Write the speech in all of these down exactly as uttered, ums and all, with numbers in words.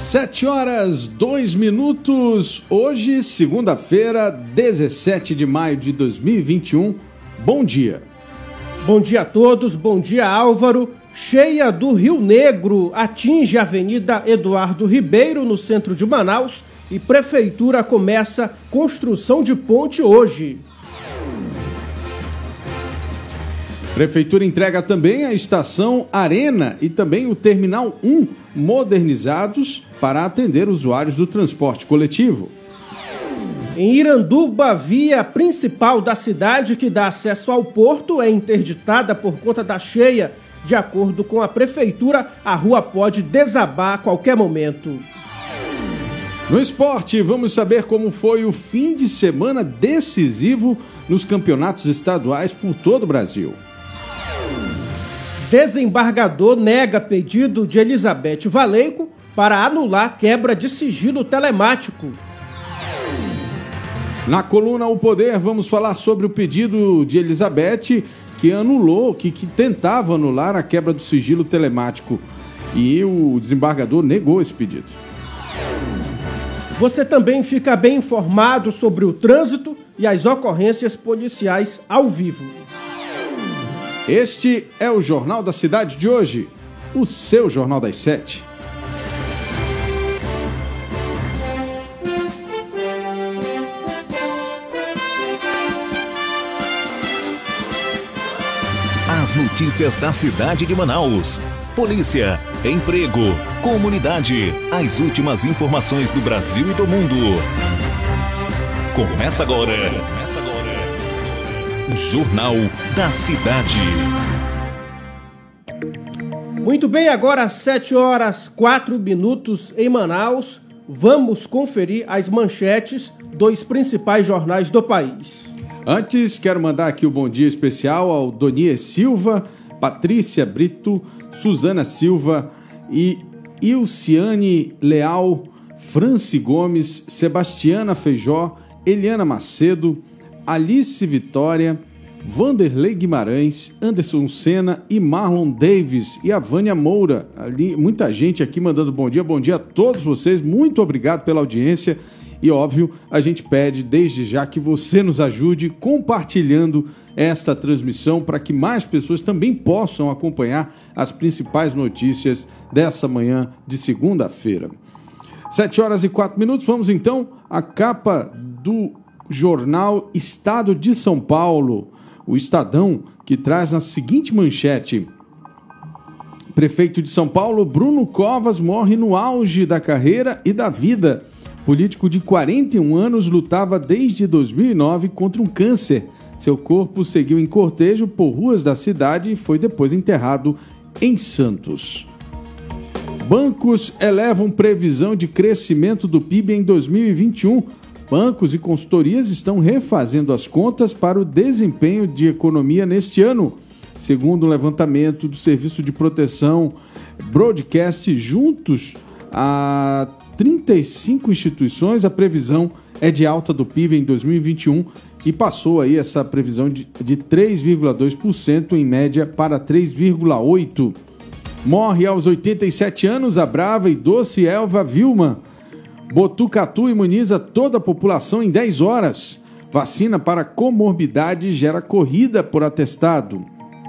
Sete horas, dois minutos, hoje, segunda-feira, dezessete de maio de dois mil e vinte e um. Bom dia. Bom dia a todos, bom dia Álvaro. Cheia do Rio Negro atinge a Avenida Eduardo Ribeiro, no centro de Manaus, e Prefeitura começa construção de ponte hoje. Prefeitura entrega também a Estação Arena e também o Terminal um modernizados para atender usuários do transporte coletivo. Em Iranduba, a via principal da cidade que dá acesso ao porto é interditada por conta da cheia. De acordo com a Prefeitura, a rua pode desabar a qualquer momento. No esporte, vamos saber como foi o fim de semana decisivo nos campeonatos estaduais por todo o Brasil. Desembargador nega pedido de Elizabeth Valeico para anular quebra de sigilo telemático. Na coluna O Poder, vamos falar sobre o pedido de Elizabeth que anulou, que, que tentava anular a quebra do sigilo telemático. E o desembargador negou esse pedido. Você também fica bem informado sobre o trânsito e as ocorrências policiais ao vivo. Este é o Jornal da Cidade de hoje, o seu Jornal das Sete. As notícias da cidade de Manaus. Polícia, emprego, comunidade, as últimas informações do Brasil e do mundo. Começa agora. Começa agora. Jornal da Cidade. Muito bem, agora às sete horas, quatro minutos em Manaus. Vamos conferir as manchetes dos principais jornais do país. Antes, quero mandar aqui o bom dia especial ao Donier Silva, Patrícia Brito, Suzana Silva e Ilciane Leal, Franci Gomes, Sebastiana Feijó, Eliana Macedo, Alice Vitória, Vanderlei Guimarães, Anderson Senna e Marlon Davis e a Vânia Moura. Ali, muita gente aqui mandando bom dia. Bom dia a todos vocês. Muito obrigado pela audiência. E, óbvio, a gente pede desde já que você nos ajude compartilhando esta transmissão para que mais pessoas também possam acompanhar as principais notícias dessa manhã de segunda-feira. Sete horas e quatro minutos. Vamos, então, à capa do jornal Estado de São Paulo, o Estadão, que traz a seguinte manchete: Prefeito de São Paulo, Bruno Covas, morre no auge da carreira e da vida. Político de quarenta e um anos lutava desde dois mil e nove contra um câncer. Seu corpo seguiu em cortejo por ruas da cidade e foi depois enterrado em Santos. Bancos elevam previsão de crescimento do P I B em dois mil e vinte e um. Bancos e consultorias estão refazendo as contas para o desempenho de economia neste ano. Segundo o levantamento do Serviço de Proteção Broadcast, juntos a trinta e cinco instituições, a previsão é de alta do P I B em dois mil e vinte e um e passou aí essa previsão de, de três vírgula dois por cento em média para três vírgula oito por cento. Morre aos oitenta e sete anos a brava e doce Elva Vilma. Botucatu imuniza toda a população em dez horas. Vacina para comorbidade gera corrida por atestado.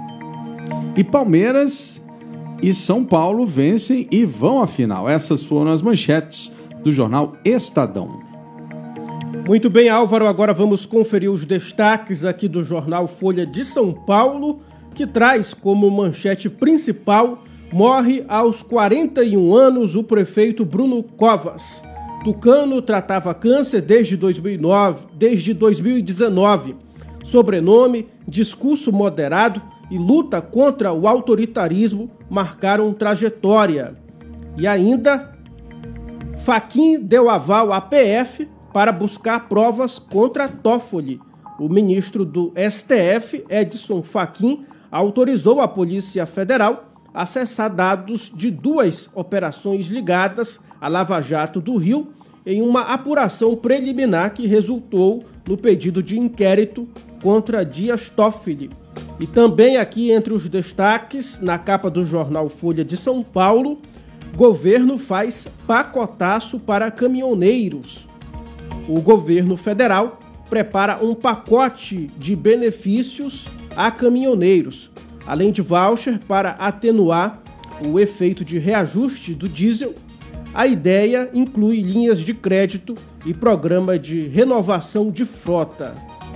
E Palmeiras e São Paulo vencem e vão à final. Essas foram as manchetes do jornal Estadão. Muito bem, Álvaro, agora vamos conferir os destaques aqui do jornal Folha de São Paulo, que traz como manchete principal: morre aos quarenta e um anos o prefeito Bruno Covas. Tucano tratava câncer desde dois mil e nove, desde dois mil e dezenove. Sobrenome, discurso moderado e luta contra o autoritarismo marcaram trajetória. E ainda, Fachin deu aval à P F para buscar provas contra Toffoli. O ministro do S T F, Edson Fachin, autorizou a Polícia Federal a acessar dados de duas operações ligadas à Lava Jato do Rio em uma apuração preliminar que resultou no pedido de inquérito contra Dias Toffoli. E também aqui entre os destaques, na capa do jornal Folha de São Paulo, Governo faz pacotaço para caminhoneiros. O governo federal prepara um pacote de benefícios a caminhoneiros, além de voucher para atenuar o efeito de reajuste do diesel. A ideia inclui linhas de crédito e programa de renovação de frota.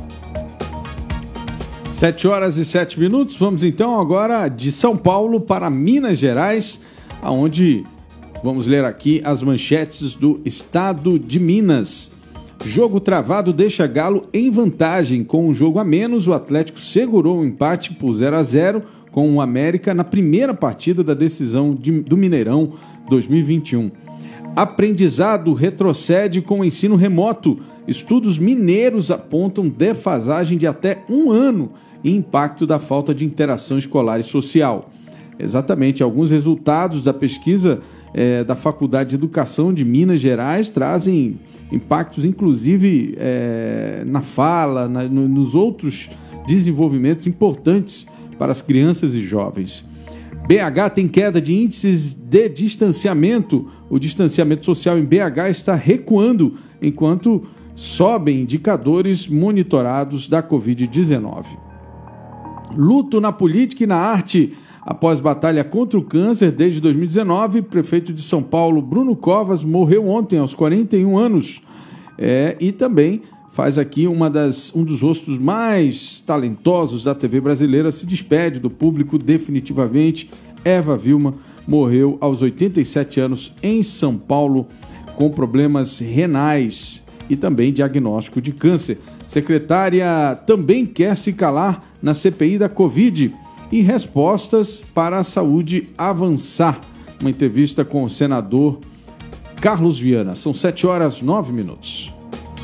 Sete horas e sete minutos. Vamos então agora de São Paulo para Minas Gerais, aonde vamos ler aqui as manchetes do estado de Minas. Jogo travado deixa Galo em vantagem. Com um jogo a menos, o Atlético segurou o empate por zero a zero com o América na primeira partida da decisão de, do Mineirão dois mil e vinte e um. Aprendizado retrocede com o ensino remoto. Estudos mineiros apontam defasagem de até um ano e impacto da falta de interação escolar e social. Exatamente, alguns resultados da pesquisa é, da Faculdade de Educação de Minas Gerais trazem impactos, inclusive, é, na fala, na, no, nos outros desenvolvimentos importantes para as crianças e jovens. B H tem queda de índices de distanciamento. O distanciamento social em B H está recuando, enquanto sobem indicadores monitorados da covid dezenove. Luto na política e na arte. Após batalha contra o câncer desde dois mil e dezenove, o prefeito de São Paulo, Bruno Covas, morreu ontem aos quarenta e um anos. É, e também faz aqui uma das, um dos rostos mais talentosos da T V brasileira, se despede do público definitivamente. Eva Vilma morreu aos oitenta e sete anos em São Paulo com problemas renais e também diagnóstico de câncer. Secretária também quer se calar na C P I da Covid e respostas para a saúde avançar. Uma entrevista com o senador Carlos Viana. São sete horas e nove minutos.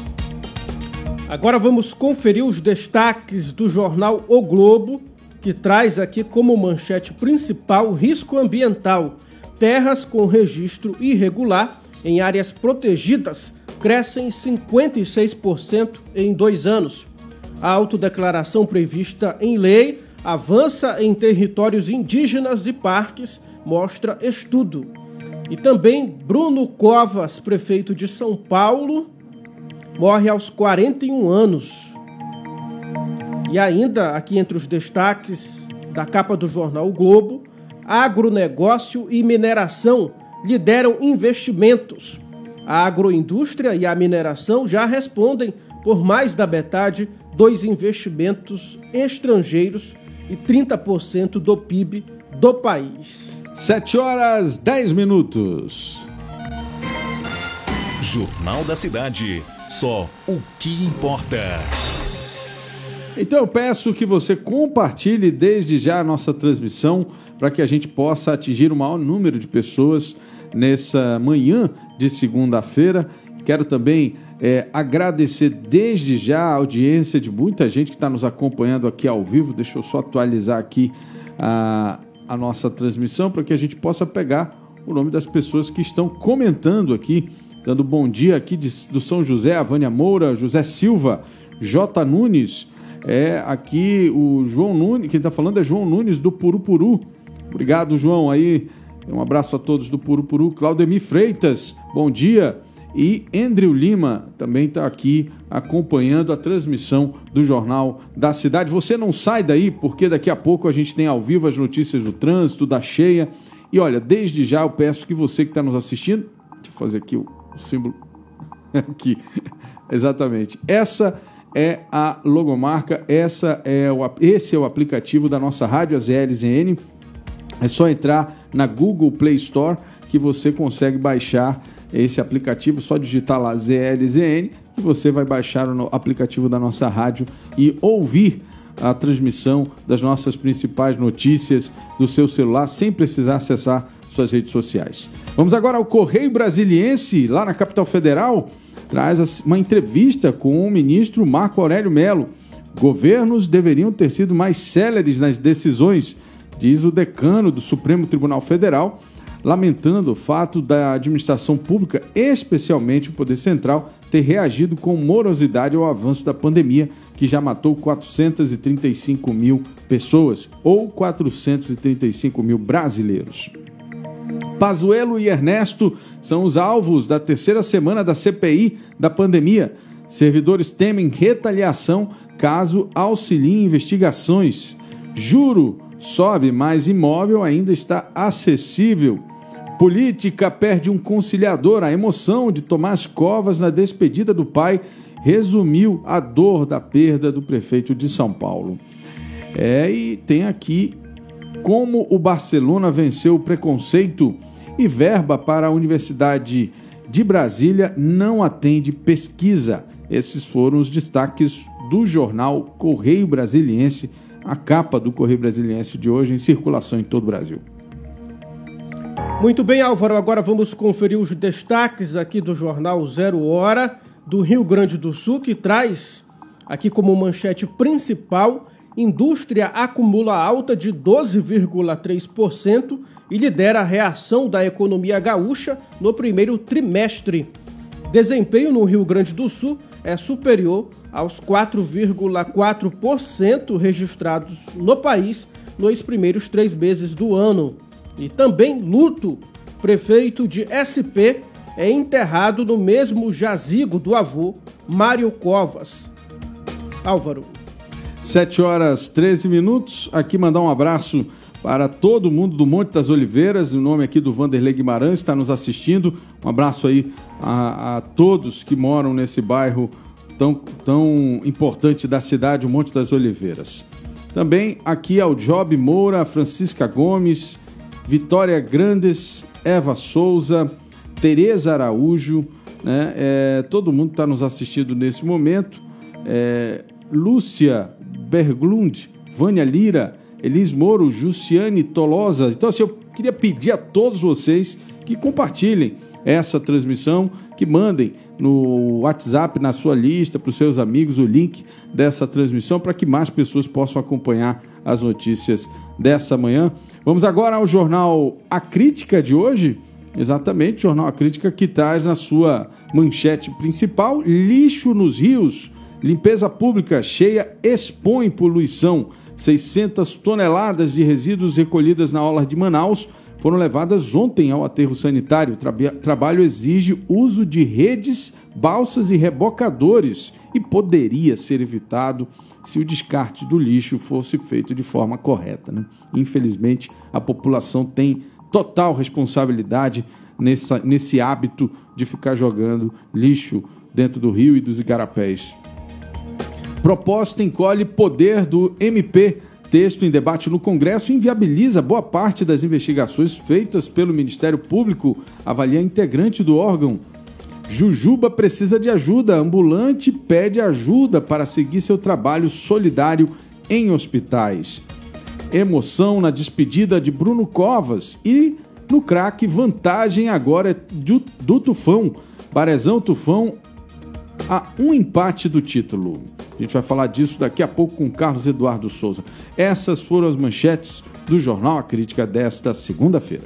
Agora vamos conferir os destaques do jornal O Globo, que traz aqui como manchete principal risco ambiental. Terras com registro irregular em áreas protegidas crescem cinquenta e seis por cento em dois anos. A autodeclaração prevista em lei avança em territórios indígenas e parques, mostra estudo. E também Bruno Covas, prefeito de São Paulo, morre aos quarenta e um anos. E ainda, aqui entre os destaques da capa do jornal O Globo, agronegócio e mineração lideram investimentos. A agroindústria e a mineração já respondem por mais da metade dos investimentos estrangeiros e trinta por cento do P I B do país. Sete horas, dez minutos. Jornal da Cidade. Só o que importa. Então eu peço que você compartilhe desde já a nossa transmissão para que a gente possa atingir o maior número de pessoas nessa manhã de segunda-feira. Quero também é, agradecer desde já a audiência de muita gente que está nos acompanhando aqui ao vivo. Deixa eu só atualizar aqui a, a nossa transmissão para que a gente possa pegar o nome das pessoas que estão comentando aqui, dando bom dia aqui de, do São José, a Vânia Moura, José Silva, J. Nunes, é aqui o João Nunes, quem está falando é João Nunes do Purupuru. Obrigado, João, aí, um abraço a todos do Purupuru. Claudemir Freitas, bom dia. E Andrew Lima também está aqui acompanhando a transmissão do Jornal da Cidade. Você não sai daí, porque daqui a pouco a gente tem ao vivo as notícias do trânsito, da cheia. E olha, desde já eu peço que você que está nos assistindo, deixa eu fazer aqui o, o símbolo, aqui, exatamente, essa é a logomarca, essa é o, esse é o aplicativo da nossa rádio, a Z L Z N. É só entrar na Google Play Store que você consegue baixar esse aplicativo, só digitar lá Z L Z N que você vai baixar o aplicativo da nossa rádio e ouvir a transmissão das nossas principais notícias do seu celular sem precisar acessar suas redes sociais. Vamos agora ao Correio Brasiliense, lá na capital federal, traz uma entrevista com o ministro Marco Aurélio Mello. Governos deveriam ter sido mais céleres nas decisões, diz o decano do Supremo Tribunal Federal, lamentando o fato da administração pública, especialmente o Poder Central, ter reagido com morosidade ao avanço da pandemia, que já matou quatrocentos e trinta e cinco mil pessoas, ou quatrocentos e trinta e cinco mil brasileiros. Pazuello e Ernesto são os alvos da terceira semana da C P I da pandemia. Servidores temem retaliação caso auxiliem investigações. Juro sobe, mas imóvel ainda está acessível. Política perde um conciliador. A emoção de Tomás Covas na despedida do pai resumiu a dor da perda do prefeito de São Paulo. É, e tem aqui como o Barcelona venceu o preconceito e verba para a Universidade de Brasília não atende pesquisa. Esses foram os destaques do jornal Correio Brasiliense, a capa do Correio Brasiliense de hoje em circulação em todo o Brasil. Muito bem, Álvaro, agora vamos conferir os destaques aqui do jornal Zero Hora do Rio Grande do Sul, que traz aqui como manchete principal: indústria acumula alta de doze vírgula três por cento e lidera a reação da economia gaúcha no primeiro trimestre. Desempenho no Rio Grande do Sul é superior aos quatro vírgula quatro por cento registrados no país nos primeiros três meses do ano. E também luto: prefeito de S P é enterrado no mesmo jazigo do avô, Mário Covas. Álvaro. sete horas e treze minutos. Aqui mandar um abraço para todo mundo do Monte das Oliveiras, o nome aqui do Vanderlei Guimarães, está nos assistindo. Um abraço aí a, a todos que moram nesse bairro tão, tão importante da cidade, o Monte das Oliveiras. Também aqui ao Job Moura, Francisca Gomes, Vitória Grandes, Eva Souza, Tereza Araújo, né? É, todo mundo está nos assistindo nesse momento. É, Lúcia Berglund, Vânia Lira, Elis Moro, Jussiane Tolosa. Então, assim, eu queria pedir a todos vocês que compartilhem essa transmissão, que mandem no WhatsApp, na sua lista, para os seus amigos, o link dessa transmissão, para que mais pessoas possam acompanhar as notícias dessa manhã. Vamos agora ao jornal A Crítica de hoje. Exatamente, o jornal A Crítica, que traz na sua manchete principal: lixo nos rios. Limpeza pública cheia expõe poluição. seiscentas toneladas de resíduos recolhidas na orla de Manaus foram levadas ontem ao aterro sanitário. O tra- trabalho exige uso de redes, balsas e rebocadores e poderia ser evitado se o descarte do lixo fosse feito de forma correta, né? Infelizmente, a população tem total responsabilidade nessa, nesse hábito de ficar jogando lixo dentro do rio e dos igarapés. Proposta encolhe poder do M P. Texto em debate no Congresso inviabiliza boa parte das investigações feitas pelo Ministério Público, avalia integrante do órgão. Jujuba precisa de ajuda. Ambulante pede ajuda para seguir seu trabalho solidário em hospitais. Emoção na despedida de Bruno Covas. E no craque, vantagem agora do, do Tufão. Parezão Tufão a um empate do título. A gente vai falar disso daqui a pouco com Carlos Eduardo Souza. Essas foram as manchetes do Jornal A Crítica desta segunda-feira.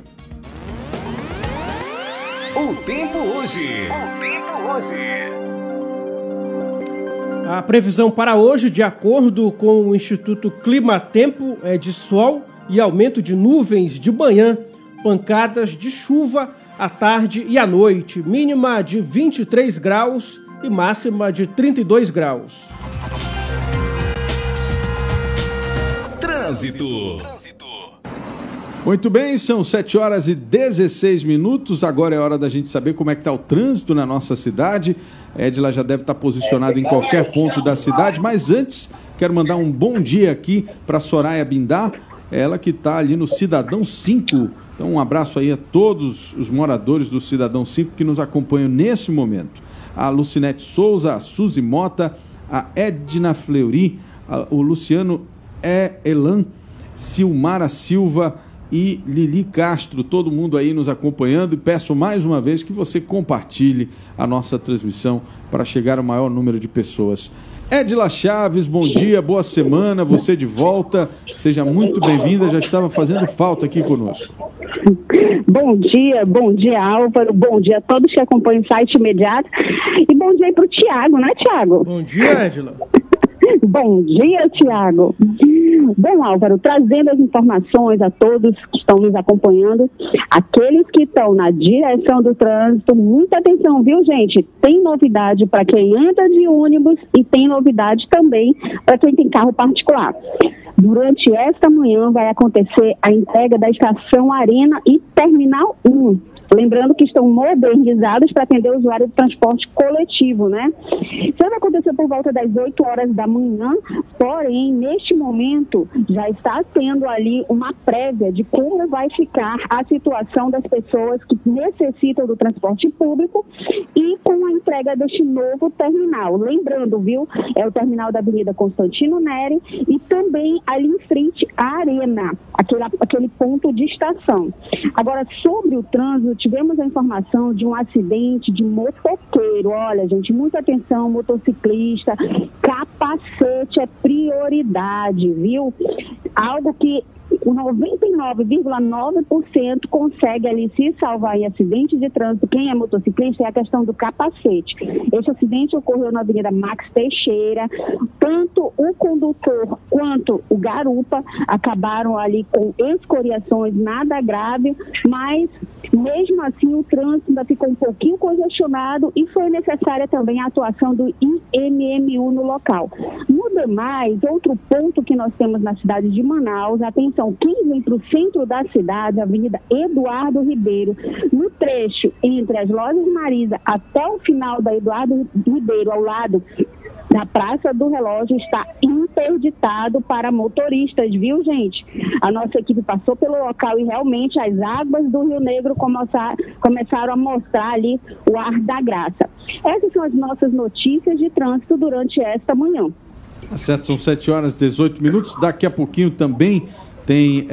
O tempo hoje. O tempo hoje. A previsão para hoje, de acordo com o Instituto Climatempo, é de sol e aumento de nuvens de manhã, pancadas de chuva à tarde e à noite, mínima de vinte e três graus e máxima de trinta e dois graus. Trânsito. Muito bem, são sete horas e dezesseis minutos. Agora é hora da gente saber como é que está o trânsito na nossa cidade. Edila já deve estar posicionado em qualquer ponto da cidade, mas antes quero mandar um bom dia aqui para Soraya Bindá, ela que está ali no Cidadão cinco. Então um abraço aí a todos os moradores do Cidadão cinco que nos acompanham nesse momento. A Lucinete Souza, a Suzy Mota, a Edna Fleury, a, o Luciano E. Elan, Silmara Silva e Lili Castro, todo mundo aí nos acompanhando, e peço mais uma vez que você compartilhe a nossa transmissão para chegar ao maior número de pessoas. Edila Chaves, bom dia, boa semana, você de volta, seja muito bem-vinda, já estava fazendo falta aqui conosco. Bom dia, bom dia Álvaro, bom dia a todos que acompanham o site imediato e bom dia aí para o Tiago, né Tiago? Bom dia, Edila. Bom dia, Tiago. Bom, Álvaro, trazendo as informações a todos que estão nos acompanhando, aqueles que estão na direção do trânsito, muita atenção, viu, gente? Tem novidade para quem anda de ônibus e tem novidade também para quem tem carro particular. Durante esta manhã vai acontecer a entrega da Estação Arena e Terminal um. Lembrando que estão modernizados para atender o usuário do transporte coletivo, né? Isso vai acontecer por volta das oito horas da manhã, porém, neste momento, já está tendo ali uma prévia de como vai ficar a situação das pessoas que necessitam do transporte público e com a entrega deste novo terminal. Lembrando, viu, é o terminal da Avenida Constantino Neri e também ali em frente à Arena, aquele, aquele ponto de estação. Agora, sobre o trânsito, tivemos a informação de um acidente de motoqueiro. Olha, gente, muita atenção, motociclista, capacete é prioridade, viu? Algo que o noventa e nove vírgula nove por cento consegue ali se salvar em acidente de trânsito. Quem é motociclista é a questão do capacete. Esse acidente ocorreu na Avenida Max Teixeira. Tanto o condutor quanto o garupa acabaram ali com escoriações, nada grave, mas mesmo assim o trânsito ainda ficou um pouquinho congestionado e foi necessária também a atuação do I M M U no local. No demais, outro ponto que nós temos na cidade de Manaus, atenção, quem vem para o centro da cidade, Avenida Eduardo Ribeiro, no trecho entre as lojas Marisa até o final da Eduardo Ribeiro, ao lado da Praça do Relógio, está interditado para motoristas, viu, gente? A nossa equipe passou pelo local e realmente as águas do Rio Negro começar, começaram a mostrar ali o ar da graça. Essas são as nossas notícias de trânsito durante esta manhã. Tá certo, são sete horas e dezoito minutos. Daqui a pouquinho também tem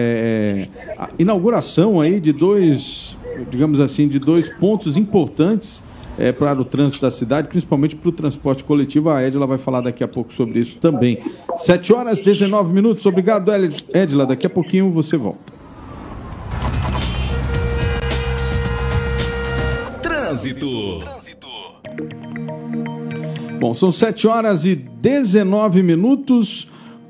é, a inauguração aí de dois, digamos assim, de dois pontos importantes É, para o trânsito da cidade, principalmente para o transporte coletivo. A Edila vai falar daqui a pouco sobre isso também. sete horas e dezenove minutos. Obrigado, Edila. Daqui a pouquinho você volta. Trânsito. Bom, são sete horas e dezenove minutos.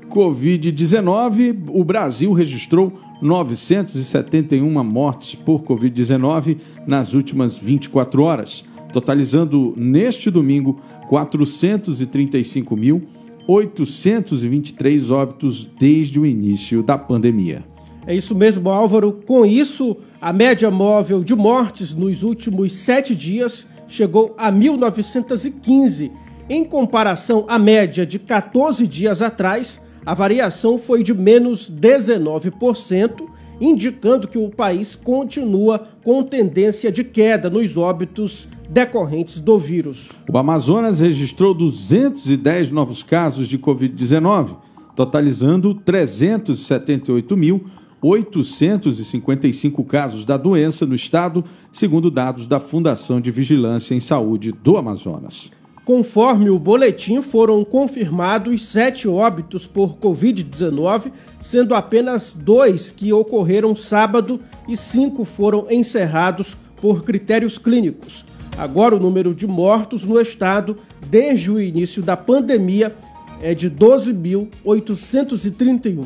covid dezenove. O Brasil registrou novecentos e setenta e uma mortes por covid dezenove nas últimas vinte e quatro horas. Totalizando neste domingo quatrocentos e trinta e cinco mil, oitocentos e vinte e três óbitos desde o início da pandemia. É isso mesmo, Álvaro. Com isso, a média móvel de mortes nos últimos sete dias chegou a mil novecentos e quinze. Em comparação à média de quatorze dias atrás, a variação foi de menos dezenove por cento, indicando que o país continua com tendência de queda nos óbitos decorrentes do vírus. O Amazonas registrou duzentos e dez novos casos de covid dezenove, totalizando trezentos e setenta e oito mil, oitocentos e cinquenta e cinco casos da doença no estado, segundo dados da Fundação de Vigilância em Saúde do Amazonas. Conforme o boletim, foram confirmados sete óbitos por covid dezenove, sendo apenas dois que ocorreram sábado e cinco foram encerrados por critérios clínicos. Agora o número de mortos no estado desde o início da pandemia é de doze mil oitocentos e trinta e um.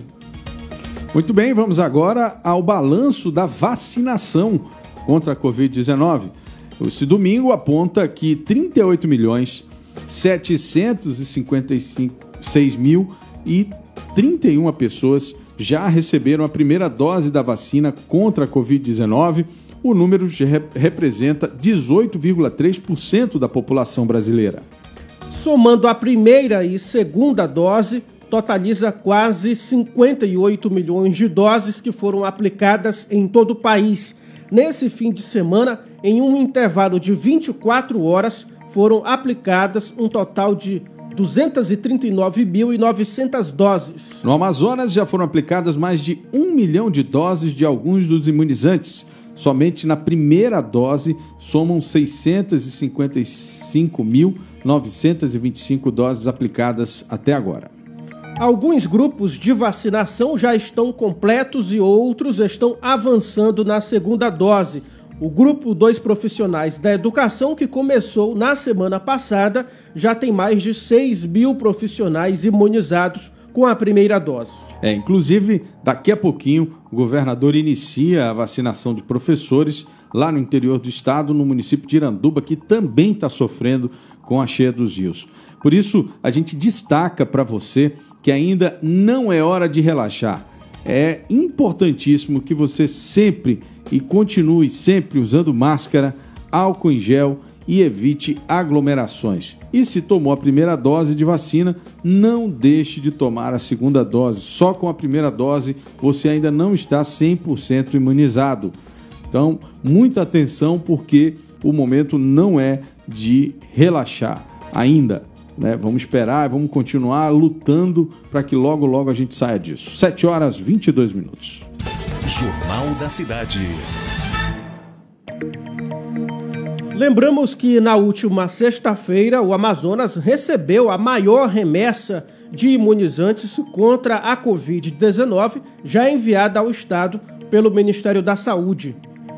Muito bem, vamos agora ao balanço da vacinação contra a covid dezenove. Esse domingo aponta que trinta e oito milhões setecentos e cinquenta e seis mil e trinta e uma pessoas já receberam a primeira dose da vacina contra a covid dezenove. O número representa dezoito vírgula três por cento da população brasileira. Somando a primeira e segunda dose, totaliza quase cinquenta e oito milhões de doses que foram aplicadas em todo o país. Nesse fim de semana, em um intervalo de vinte e quatro horas, foram aplicadas um total de duzentos e trinta e nove mil e novecentas doses. No Amazonas já foram aplicadas mais de um milhão de doses de alguns dos imunizantes. Somente na primeira dose somam seiscentos e cinquenta e cinco mil, novecentos e vinte e cinco doses aplicadas até agora. Alguns grupos de vacinação já estão completos e outros estão avançando na segunda dose. O grupo dos profissionais da educação, que começou na semana passada, já tem mais de seis mil profissionais imunizados com a primeira dose. É, inclusive, daqui a pouquinho, o governador inicia a vacinação de professores lá no interior do estado, no município de Iranduba, que também está sofrendo com a cheia dos rios. Por isso, a gente destaca para você que ainda não é hora de relaxar. É importantíssimo que você sempre e continue sempre usando máscara, álcool em gel e evite aglomerações. E se tomou a primeira dose de vacina, não deixe de tomar a segunda dose. Só com a primeira dose você ainda não está cem por cento imunizado. Então, muita atenção, porque o momento não é de relaxar ainda, né? Vamos esperar, vamos continuar lutando para que logo, logo a gente saia disso. sete horas e vinte e dois minutos. Jornal da Cidade. Lembramos que na última sexta-feira o Amazonas recebeu a maior remessa de imunizantes contra a covid dezenove já enviada ao estado pelo Ministério da Saúde.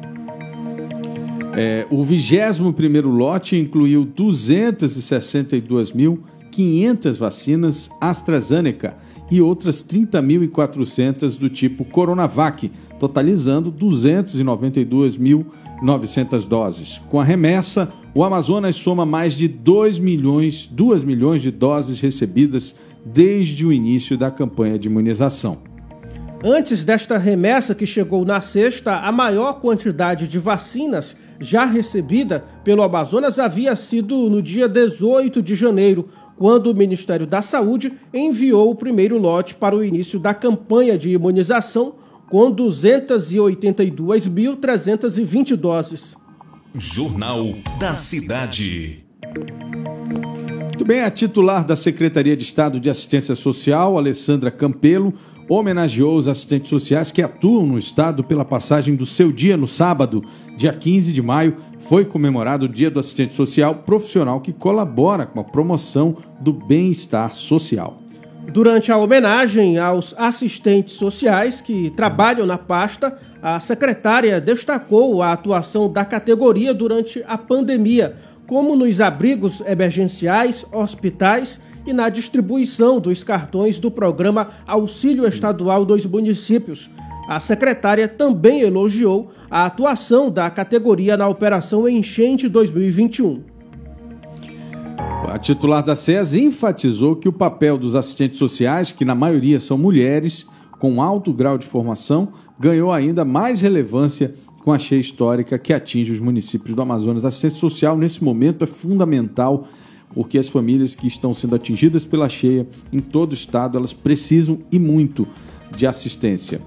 É, o vigésimo primeiro lote incluiu duzentas e sessenta e duas mil e quinhentas vacinas AstraZeneca e outras trinta mil e quatrocentas do tipo Coronavac, totalizando duzentas e noventa e duas mil e novecentas doses. Com a remessa, o Amazonas soma mais de dois milhões, duas milhões de doses recebidas desde o início da campanha de imunização. Antes desta remessa, que chegou na sexta, a maior quantidade de vacinas já recebida pelo Amazonas havia sido no dia dezoito de janeiro, quando o Ministério da Saúde enviou o primeiro lote para o início da campanha de imunização, com duzentas e oitenta e duas mil trezentas e vinte doses. Jornal da Cidade. Muito bem, a titular da Secretaria de Estado de Assistência Social, Alessandra Campelo, homenageou os assistentes sociais que atuam no estado pela passagem do seu dia no sábado, dia quinze de maio, foi comemorado o Dia do Assistente Social profissional que colabora com a promoção do bem-estar social. Durante a homenagem aos assistentes sociais que trabalham na pasta, a secretária destacou a atuação da categoria durante a pandemia, como nos abrigos emergenciais, hospitais e na distribuição dos cartões do programa Auxílio Estadual dos Municípios. A secretária também elogiou a atuação da categoria na Operação Enchente dois mil e vinte e um. A titular da S E S enfatizou que o papel dos assistentes sociais, que na maioria são mulheres, com alto grau de formação, ganhou ainda mais relevância com a cheia histórica que atinge os municípios do Amazonas. A assistência social, nesse momento, é fundamental, porque as famílias que estão sendo atingidas pela cheia em todo o estado, elas precisam e muito de assistência.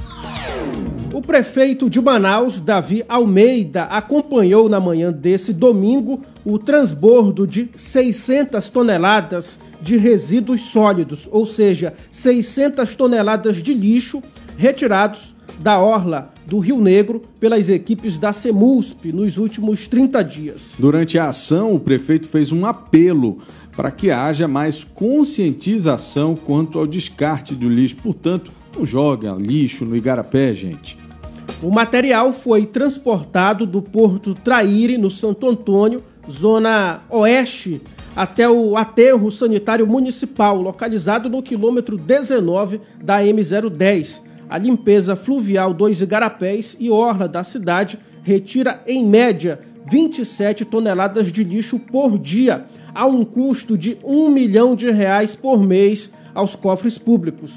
O prefeito de Manaus, Davi Almeida, acompanhou na manhã desse domingo o transbordo de seiscentas toneladas de resíduos sólidos, ou seja, seiscentas toneladas de lixo retirados da orla do Rio Negro pelas equipes da Semusp nos últimos trinta dias. Durante a ação, o prefeito fez um apelo para que haja mais conscientização quanto ao descarte do lixo. Portanto, não joga lixo no igarapé, gente. O material foi transportado do Porto Traíre, no Santo Antônio, zona oeste, até o aterro sanitário municipal, localizado no quilômetro dezenove da M zero dez. A limpeza fluvial dos igarapés e orla da cidade retira, em média, vinte e sete toneladas de lixo por dia, a um custo de um milhão de reais por mês aos cofres públicos.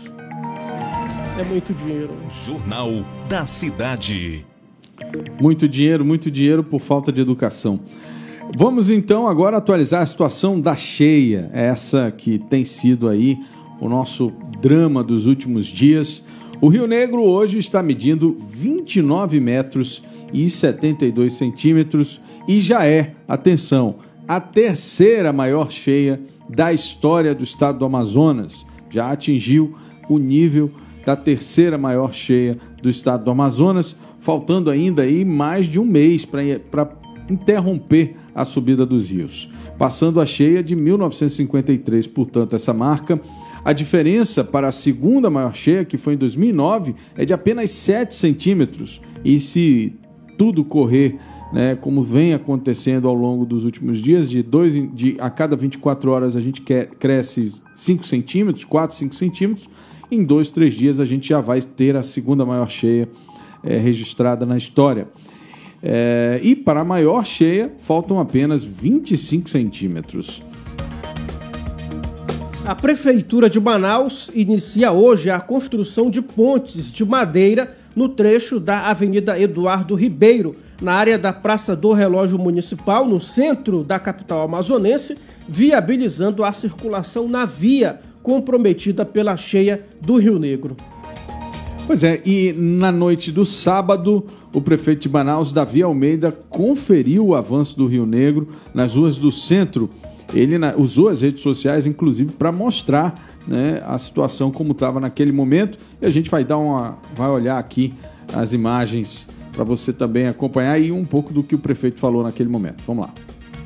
É muito dinheiro. Jornal da Cidade. Muito dinheiro, muito dinheiro por falta de educação. Vamos então agora atualizar a situação da cheia, essa que tem sido aí o nosso drama dos últimos dias. O Rio Negro hoje está medindo vinte e nove metros e setenta e dois centímetros e já é, atenção, a terceira maior cheia da história do estado do Amazonas. Já atingiu o nível da terceira maior cheia do estado do Amazonas, faltando ainda aí mais de um mês para interromper a subida dos rios. Passando a cheia de mil novecentos e cinquenta e três, portanto, essa marca. A diferença para a segunda maior cheia, que foi em dois mil e nove, é de apenas sete centímetros. E se tudo correr né, como vem acontecendo ao longo dos últimos dias, de, dois, de a cada vinte e quatro horas a gente quer, cresce cinco centímetros, quatro, cinco centímetros, em dois, três dias a gente já vai ter a segunda maior cheia é, registrada na história. É, e para a maior cheia, faltam apenas vinte e cinco centímetros. A Prefeitura de Manaus inicia hoje a construção de pontes de madeira no trecho da Avenida Eduardo Ribeiro, na área da Praça do Relógio Municipal, no centro da capital amazonense, viabilizando a circulação na via comprometida pela cheia do Rio Negro. Pois é, e na noite do sábado, o prefeito de Manaus, Davi Almeida, conferiu o avanço do Rio Negro nas ruas do centro. Ele na, usou as redes sociais, inclusive, para mostrar, né, a situação como estava naquele momento. E a gente vai dar uma, vai olhar aqui as imagens para você também acompanhar e um pouco do que o prefeito falou naquele momento. Vamos lá.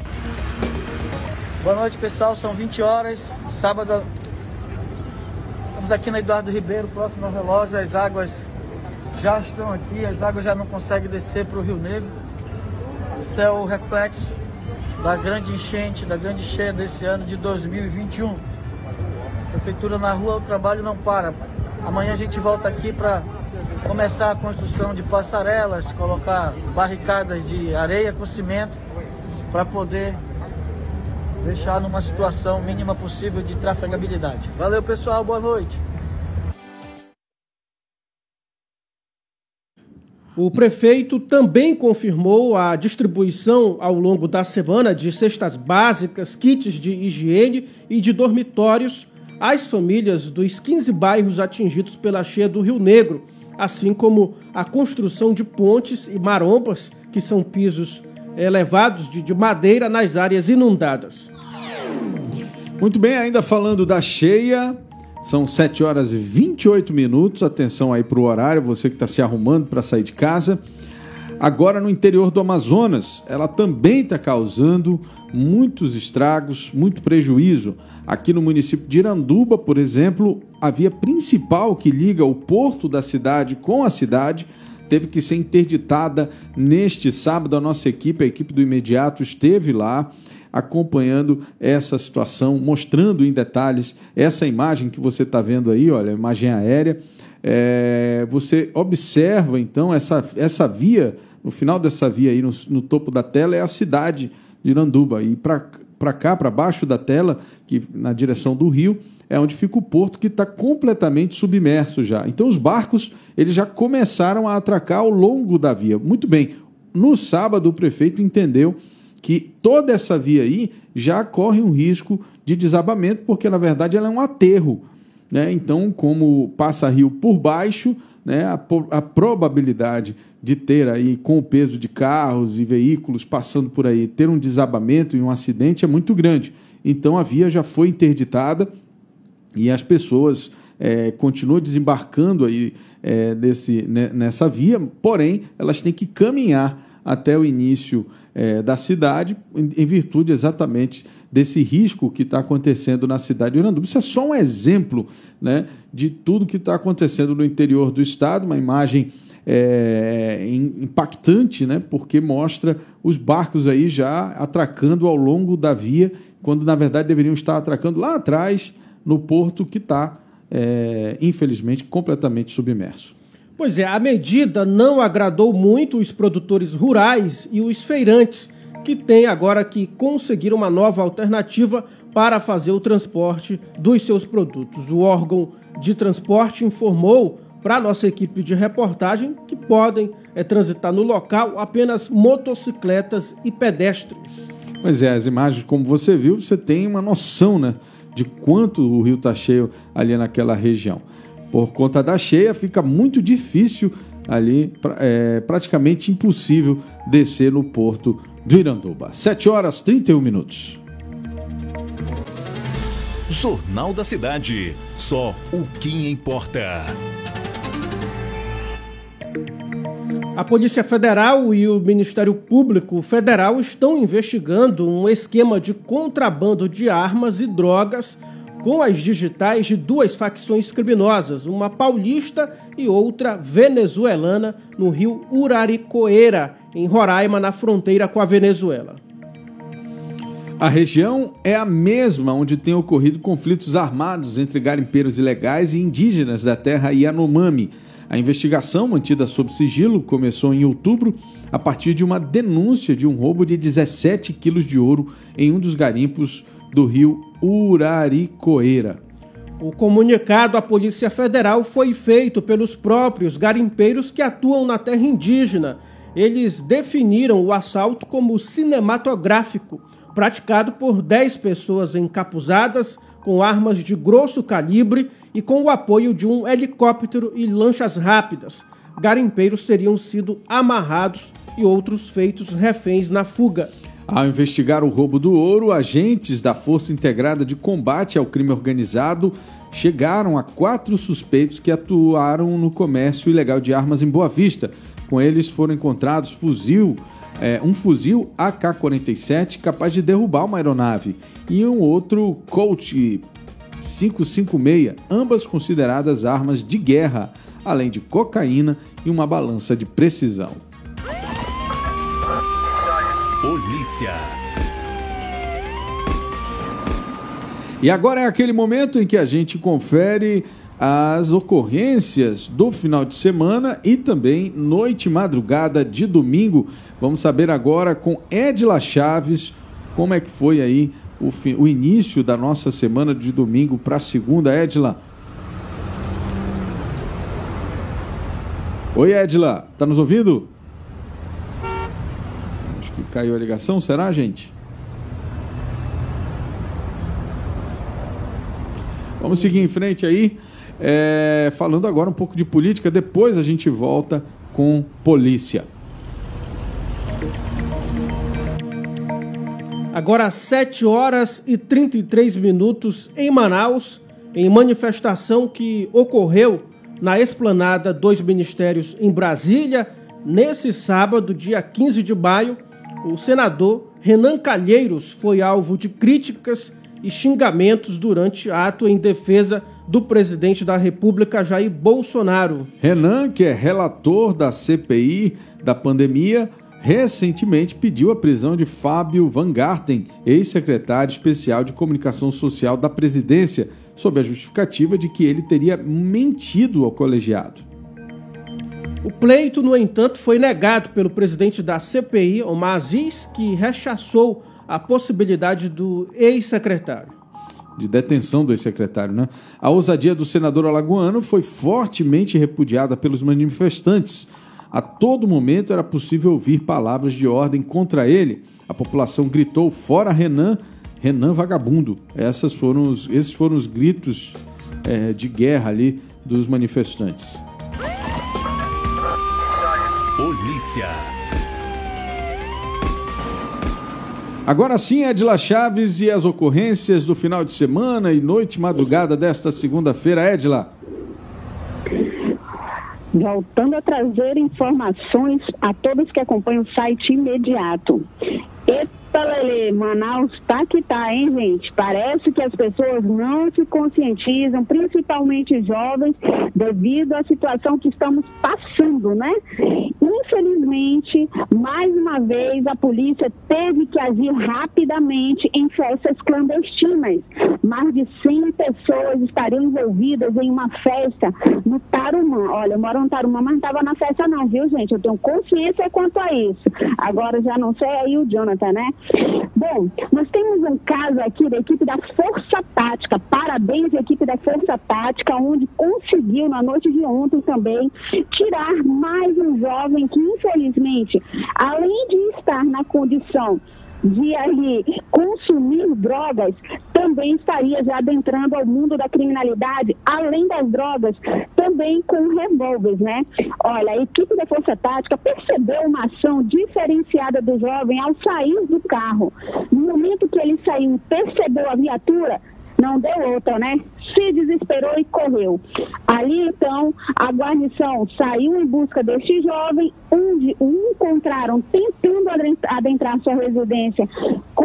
Boa noite, pessoal. São vinte horas, sábado. Estamos aqui na Eduardo Ribeiro, próximo ao relógio. As águas já estão aqui, as águas já não conseguem descer para o Rio Negro. Isso é o reflexo da grande enchente, da grande cheia desse ano de dois mil e vinte e um. Prefeitura na rua, o trabalho não para. Amanhã a gente volta aqui para começar a construção de passarelas, colocar barricadas de areia com cimento para poder deixar numa situação mínima possível de trafegabilidade. Valeu, pessoal, boa noite. O prefeito também confirmou a distribuição ao longo da semana de cestas básicas, kits de higiene e de dormitórios às famílias dos quinze bairros atingidos pela cheia do Rio Negro, assim como a construção de pontes e marombas, que são pisos elevados de, de madeira nas áreas inundadas. Muito bem, ainda falando da cheia, são sete horas e vinte e oito minutos, atenção aí para o horário, você que está se arrumando para sair de casa. Agora no interior do Amazonas, ela também está causando muitos estragos, muito prejuízo. Aqui no município de Iranduba, por exemplo, a via principal que liga o porto da cidade com a cidade teve que ser interditada neste sábado. A nossa equipe, a equipe do Imediato, esteve lá acompanhando essa situação, mostrando em detalhes essa imagem que você está vendo aí, olha, a imagem aérea. É, você observa, então, essa, essa via, no final dessa via aí, no, no topo da tela, é a cidade de Iranduba. E para cá, para baixo da tela, que na direção do rio, é onde fica o porto, que está completamente submerso já. Então, os barcos eles já começaram a atracar ao longo da via. Muito bem, no sábado, o prefeito entendeu que toda essa via aí já corre um risco de desabamento, porque, na verdade, ela é um aterro, né? Então, como passa rio por baixo, né, a, a probabilidade de ter aí, com o peso de carros e veículos passando por aí, ter um desabamento e um acidente é muito grande. Então, a via já foi interditada e as pessoas é, continuam desembarcando aí, é, desse, né, nessa via, porém, elas têm que caminhar até o início é, da cidade, em, em virtude exatamente desse risco que está acontecendo na cidade de Iranduba. Isso é só um exemplo, né, de tudo que está acontecendo no interior do estado, uma imagem é, impactante, né, porque mostra os barcos aí já atracando ao longo da via, quando na verdade deveriam estar atracando lá atrás, no porto que está, é, infelizmente, completamente submerso. Pois é, a medida não agradou muito os produtores rurais e os feirantes, que têm agora que conseguir uma nova alternativa para fazer o transporte dos seus produtos. O órgão de transporte informou para a nossa equipe de reportagem que podem é, transitar no local apenas motocicletas e pedestres. Pois é, as imagens, como você viu, você tem uma noção, né, de quanto o rio está cheio ali naquela região. Por conta da cheia, fica muito difícil ali, é praticamente impossível descer no porto do Iranduba. sete horas e trinta e um minutos. Jornal da Cidade. Só o que importa. A Polícia Federal e o Ministério Público Federal estão investigando um esquema de contrabando de armas e drogas com as digitais de duas facções criminosas, uma paulista e outra venezuelana, no rio Uraricoeira, em Roraima, na fronteira com a Venezuela. A região é a mesma onde tem ocorrido conflitos armados entre garimpeiros ilegais e indígenas da terra Yanomami. A investigação, mantida sob sigilo, começou em outubro a partir de uma denúncia de um roubo de dezessete quilos de ouro em um dos garimpos do rio Uraricoeira. O comunicado à Polícia Federal foi feito pelos próprios garimpeiros que atuam na terra indígena. Eles definiram o assalto como cinematográfico, praticado por dez pessoas encapuzadas com armas de grosso calibre e com o apoio de um helicóptero e lanchas rápidas. Garimpeiros teriam sido amarrados e outros feitos reféns na fuga. Ao investigar o roubo do ouro, agentes da Força Integrada de Combate ao Crime Organizado chegaram a quatro suspeitos que atuaram no comércio ilegal de armas em Boa Vista. Com eles foram encontrados fuzil, é, um fuzil A K quarenta e sete capaz de derrubar uma aeronave e um outro Colt cinco cinco seis, ambas consideradas armas de guerra, além de cocaína e uma balança de precisão. Polícia. E agora é aquele momento em que a gente confere as ocorrências do final de semana e também noite e madrugada de domingo. Vamos saber agora com Edila Chaves como é que foi aí o, fim, o início da nossa semana de domingo para segunda. Edila. Oi, Edila, tá nos ouvindo? Acho que caiu a ligação, será, gente? Vamos seguir em frente aí, é, falando agora um pouco de política, depois a gente volta com polícia. Agora às sete horas e trinta e três minutos em Manaus, em manifestação que ocorreu na esplanada dos Ministérios em Brasília, nesse sábado, dia quinze de maio, o senador Renan Calheiros foi alvo de críticas e xingamentos durante ato em defesa do presidente da República, Jair Bolsonaro. Renan, que é relator da C P I da pandemia, recentemente pediu a prisão de Fábio Van Garten, ex-secretário especial de comunicação social da presidência, sob a justificativa de que ele teria mentido ao colegiado. O pleito, no entanto, foi negado pelo presidente da C P I, Omar Aziz, que rechaçou a possibilidade do ex-secretário. De detenção do ex-secretário, né? A ousadia do senador alagoano foi fortemente repudiada pelos manifestantes. A todo momento era possível ouvir palavras de ordem contra ele. A população gritou: "Fora Renan, Renan vagabundo". Essas foram os, esses foram os gritos é, de guerra ali dos manifestantes. Polícia. Agora sim, Edila Chaves e as ocorrências do final de semana e noite e madrugada desta segunda-feira. Edila. Voltando a trazer informações a todos que acompanham o site imediato. Eita, Lelê, Manaus tá que tá, hein, gente? Parece que as pessoas não se conscientizam, principalmente jovens, devido à situação que estamos passando, né? Infelizmente, mais uma vez, a polícia teve que agir rapidamente em festas clandestinas. Mais de cem pessoas estariam envolvidas em uma festa no Tarumã. Olha, eu moro no Tarumã, mas não estava na festa não, viu, gente? Eu tenho consciência quanto a isso. Agora, já não sei aí o Jonathan, né? Bom, nós temos um caso aqui da equipe da Força Tática. Parabéns à equipe da Força Tática, onde conseguiu, na noite de ontem também, tirar mais um jovem que, infelizmente, além de estar na condição de ali consumir drogas, também estaria já adentrando ao mundo da criminalidade, além das drogas, também com revólveres, né? Olha, a equipe da Força Tática percebeu uma ação diferenciada do jovem ao sair do carro. No momento que ele saiu e percebeu a viatura, não deu outra, né? Se desesperou e correu. Ali, então, a guarnição saiu em busca deste jovem, onde o encontraram tentando adentrar sua residência com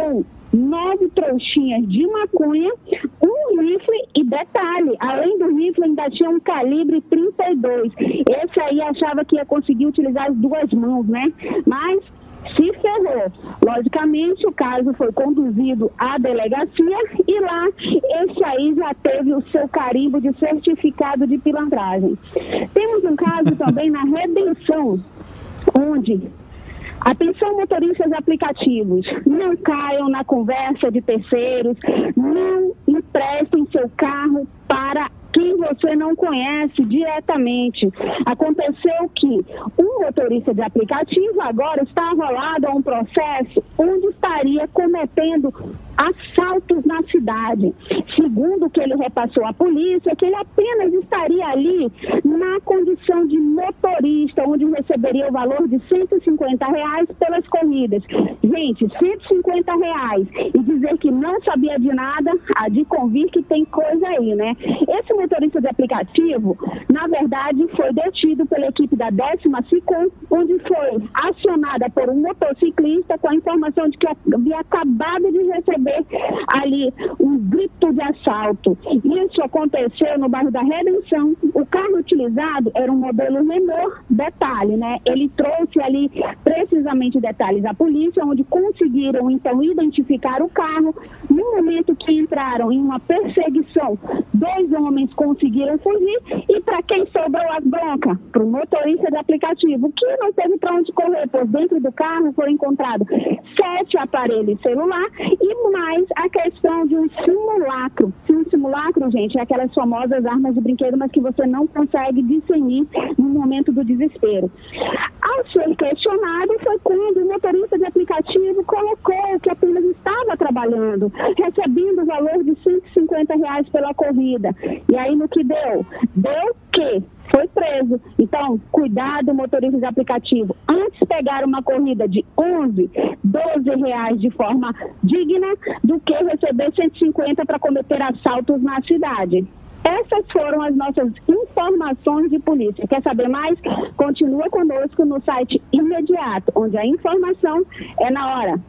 nove trouxinhas de maconha, um rifle e detalhe, além do rifle ainda tinha um calibre trinta e dois. Esse aí achava que ia conseguir utilizar as duas mãos, né? Mas se ferrou. Logicamente, o caso foi conduzido à delegacia e lá, esse aí já teve o seu carimbo de certificado de pilantragem. Temos um caso também na Redenção, onde... Atenção, motoristas de aplicativos, não caiam na conversa de terceiros, não emprestem seu carro para quem você não conhece diretamente. Aconteceu que um motorista de aplicativo agora está arrolado a um processo onde estaria cometendo assaltos na cidade. Segundo o que ele repassou à polícia, que ele apenas estaria ali na condição de motorista, onde receberia o valor de cento e cinquenta reais pelas corridas. Gente, cento e cinquenta reais e dizer que não sabia de nada, há de convir que tem coisa aí, né? Esse motorista de aplicativo, na verdade, foi detido pela equipe da décima SICOM, onde foi acionada por um motociclista com a informação de que havia acabado de receber ali um grito de assalto. Isso aconteceu no bairro da Redenção. O carro utilizado era um modelo Renault, detalhe, né? Ele trouxe ali precisamente detalhes à polícia, onde conseguiram então identificar o carro. No momento que entraram em uma perseguição, dois homens conseguiram fugir e para quem sobrou as broncas? Para o motorista de aplicativo, que não teve para onde correr, pois dentro do carro foram encontrados sete aparelhos celular e mais a questão de um simulacro. Um simulacro, gente, é aquelas famosas armas de brinquedo, mas que você não consegue discernir no momento do desespero. Ao ser questionado, foi quando o motorista de aplicativo colocou que apenas estava trabalhando, recebendo o valor de cento e cinquenta reais pela corrida. E aí, no que deu? Deu que foi preso. Então, cuidado, motorista de aplicativo. Antes pegar uma corrida de onze, doze reais de forma digna do que receber cento e cinquenta para cometer assaltos na cidade. Essas foram as nossas informações de polícia. Quer saber mais? Continua conosco no site Imediato, onde a informação é na hora.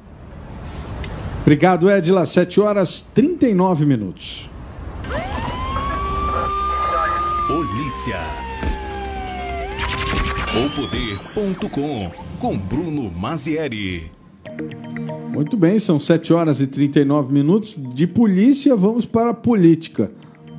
Obrigado, Edila. sete horas e trinta e nove minutos. Polícia. O poder ponto com com Bruno Mazieri. Muito bem, são sete horas e trinta e nove minutos. De polícia, vamos para a política.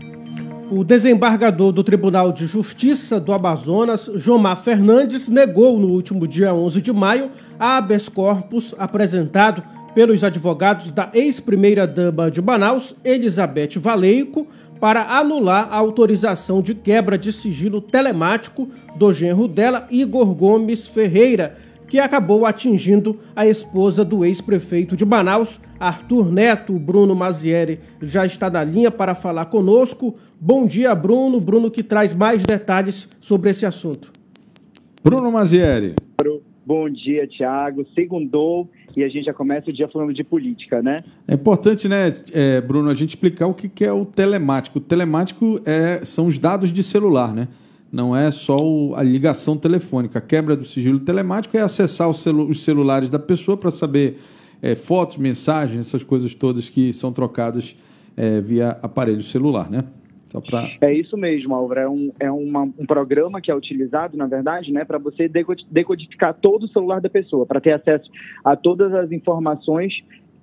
O desembargador do Tribunal de Justiça do Amazonas, Jomar Fernandes, negou no último dia onze de maio a habeas corpus apresentado pelos advogados da ex-primeira-dama de Manaus, Elizabeth Valeico, para anular a autorização de quebra de sigilo telemático do genro dela, Igor Gomes Ferreira, que acabou atingindo a esposa do ex-prefeito de Manaus, Arthur Neto. Bruno Mazieri já está na linha para falar conosco. Bom dia, Bruno. Bruno que traz mais detalhes sobre esse assunto. Bruno Mazieri. Bom dia, Thiago. Segundou e a gente já começa o dia falando de política, né? É importante, né, é, Bruno, a gente explicar o que é o telemático. O telemático é, são os dados de celular, né? Não é só o, a ligação telefônica. A quebra do sigilo telemático é acessar o celu, os celulares da pessoa para saber é, fotos, mensagens, essas coisas todas que são trocadas é, via aparelho celular, né? Só pra... É isso mesmo, Álvaro. É, um, é uma, um programa que é utilizado, na verdade, né, para você decodificar todo o celular da pessoa, para ter acesso a todas as informações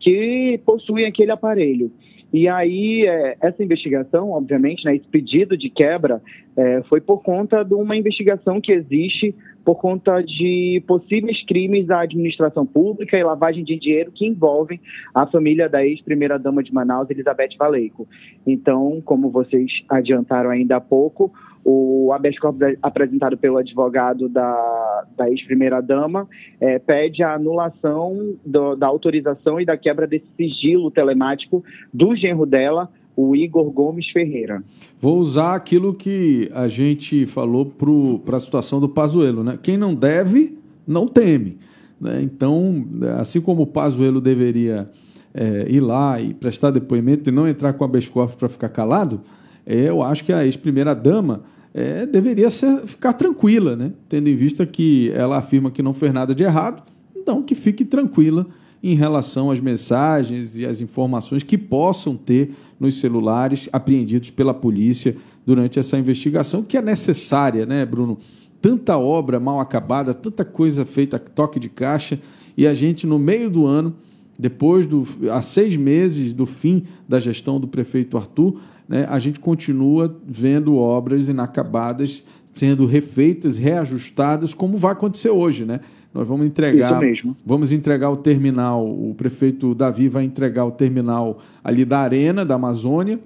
que possuem aquele aparelho. E aí, é, essa investigação, obviamente, né, esse pedido de quebra é, foi por conta de uma investigação que existe por conta de possíveis crimes à administração pública e lavagem de dinheiro que envolvem a família da ex-primeira-dama de Manaus, Elizabeth Valeico. Então, como vocês adiantaram ainda há pouco, o habeas corpus apresentado pelo advogado da, da ex-primeira-dama é, pede a anulação do, da autorização e da quebra desse sigilo telemático do genro dela, o Igor Gomes Ferreira. Vou usar aquilo que a gente falou para a situação do Pazuello, né? Quem não deve, não teme. Né? Então, assim como o Pazuello deveria é, ir lá e prestar depoimento e não entrar com habeas corpus para ficar calado, é, eu acho que a ex-primeira-dama é, deveria ser, ficar tranquila, né? Tendo em vista que ela afirma que não fez nada de errado, então que fique tranquila em relação às mensagens e às informações que possam ter nos celulares apreendidos pela polícia durante essa investigação, que é necessária, né, Bruno? Tanta obra mal acabada, tanta coisa feita a toque de caixa, e a gente, no meio do ano, depois do, há seis meses do fim da gestão do prefeito Arthur, né, a gente continua vendo obras inacabadas sendo refeitas, reajustadas, como vai acontecer hoje, né? Nós vamos entregar, vamos entregar o terminal, o prefeito Davi vai entregar o terminal ali da Arena, da Amazônia,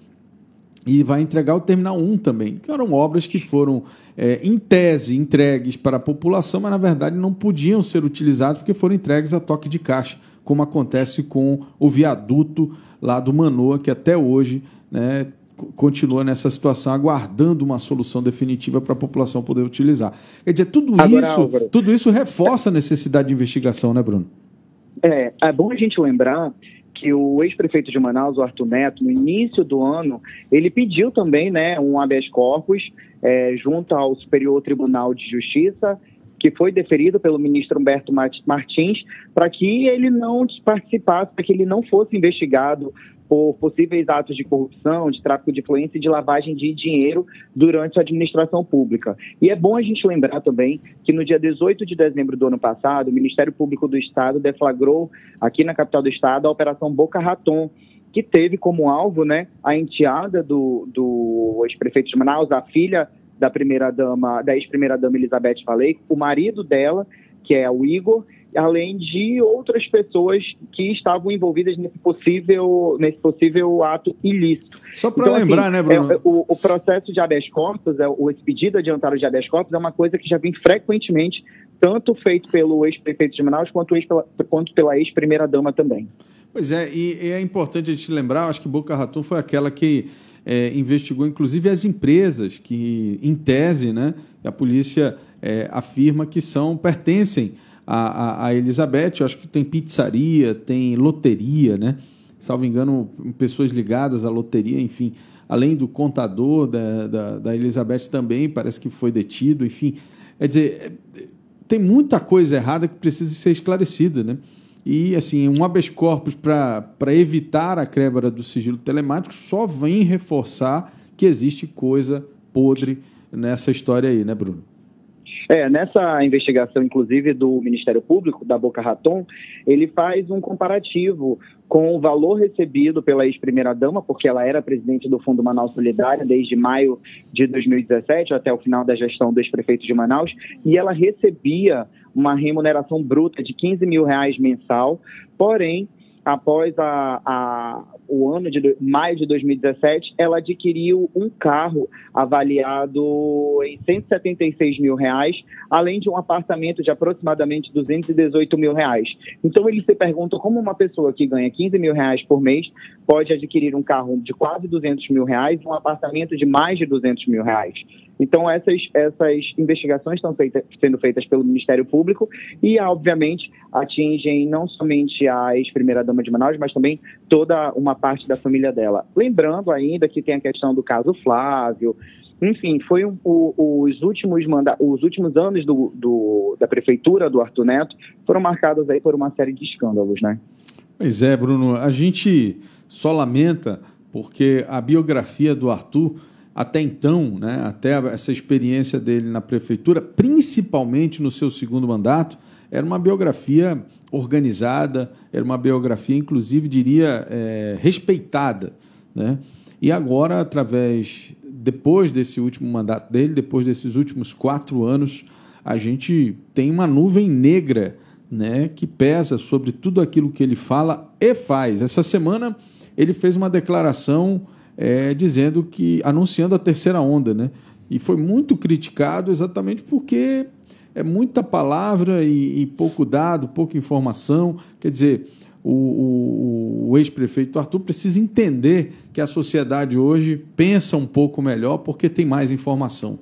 e vai entregar o Terminal um também, que eram obras que foram, é, em tese, entregues para a população, mas, na verdade, não podiam ser utilizadas porque foram entregues a toque de caixa, como acontece com o viaduto lá do Manoa, que até hoje, né, continua nessa situação, aguardando uma solução definitiva para a população poder utilizar. Quer dizer, tudo, Agora, isso, Álvaro, tudo isso reforça a necessidade de investigação, né, Bruno? É, é bom a gente lembrar que o ex-prefeito de Manaus, o Arthur Neto, no início do ano, ele pediu também, né, um habeas corpus é, junto ao Superior Tribunal de Justiça, que foi deferido pelo ministro Humberto Martins, para que ele não participasse, para que ele não fosse investigado por possíveis atos de corrupção, de tráfico de influência e de lavagem de dinheiro durante a administração pública. E é bom a gente lembrar também que no dia dezoito de dezembro do ano passado, o Ministério Público do Estado deflagrou aqui na capital do Estado a Operação Boca Raton, que teve como alvo, né, a enteada do, do ex-prefeito de Manaus, a filha da primeira-dama, da ex-primeira-dama Elizabeth Falei, o marido dela, que é o Igor, além de outras pessoas que estavam envolvidas nesse possível, nesse possível ato ilícito. Só para então, lembrar, assim, né, Bruno? É, o, o processo de habeas corpus, é, o, esse pedido adiantado de habeas corpus é uma coisa que já vem frequentemente, tanto feito pelo ex-prefeito de Manaus, quanto, ex, pela, quanto pela ex-primeira-dama também. Pois é, e, e é importante a gente lembrar, acho que Boca Raton foi aquela que é, investigou, inclusive, as empresas que, em tese, né, a polícia é, afirma que são, pertencem A, a, a Elizabeth. Eu acho que tem pizzaria, tem loteria, né? Salvo engano, pessoas ligadas à loteria, enfim, além do contador da, da, da Elizabeth também, parece que foi detido, enfim. Quer dizer, tem muita coisa errada que precisa ser esclarecida, né? E, assim, um habeas corpus para evitar a quebra do sigilo telemático só vem reforçar que existe coisa podre nessa história aí, né, Bruno? É, nessa investigação, inclusive, do Ministério Público, da Boca Raton, ele faz um comparativo com o valor recebido pela ex-primeira-dama, porque ela era presidente do Fundo Manaus Solidário desde maio de dois mil e dezessete, até o final da gestão do ex-prefeito de Manaus, e ela recebia uma remuneração bruta de quinze mil reais mensal, porém, após a, a, o ano de do, maio de dois mil e dezessete, ela adquiriu um carro avaliado em cento e setenta e seis mil reais, além de um apartamento de aproximadamente duzentos e dezoito mil reais. Então, ele se pergunta como uma pessoa que ganha quinze mil reais por mês pode adquirir um carro de quase duzentos mil reais e um apartamento de mais de duzentos mil reais. Então, essas, essas investigações estão feita, sendo feitas pelo Ministério Público e, obviamente, atingem não somente a ex-primeira-dama de Manaus, mas também toda uma parte da família dela. Lembrando ainda que tem a questão do caso Flávio. Enfim, foi um, o, os, últimos manda- os últimos anos do, do, da prefeitura do Arthur Neto foram marcados aí por uma série de escândalos, né? Pois é, Bruno. A gente só lamenta porque a biografia do Arthur, até então, né, até essa experiência dele na prefeitura, principalmente no seu segundo mandato, era uma biografia organizada, era uma biografia, inclusive, diria, é, respeitada, né? E agora, através, depois desse último mandato dele, depois desses últimos quatro anos, a gente tem uma nuvem negra, né, que pesa sobre tudo aquilo que ele fala e faz. Essa semana ele fez uma declaração É, dizendo que, anunciando a terceira onda, né? E foi muito criticado exatamente porque é muita palavra e, e pouco dado, pouca informação. Quer dizer, o, o, o ex-prefeito Arthur precisa entender que a sociedade hoje pensa um pouco melhor porque tem mais informação.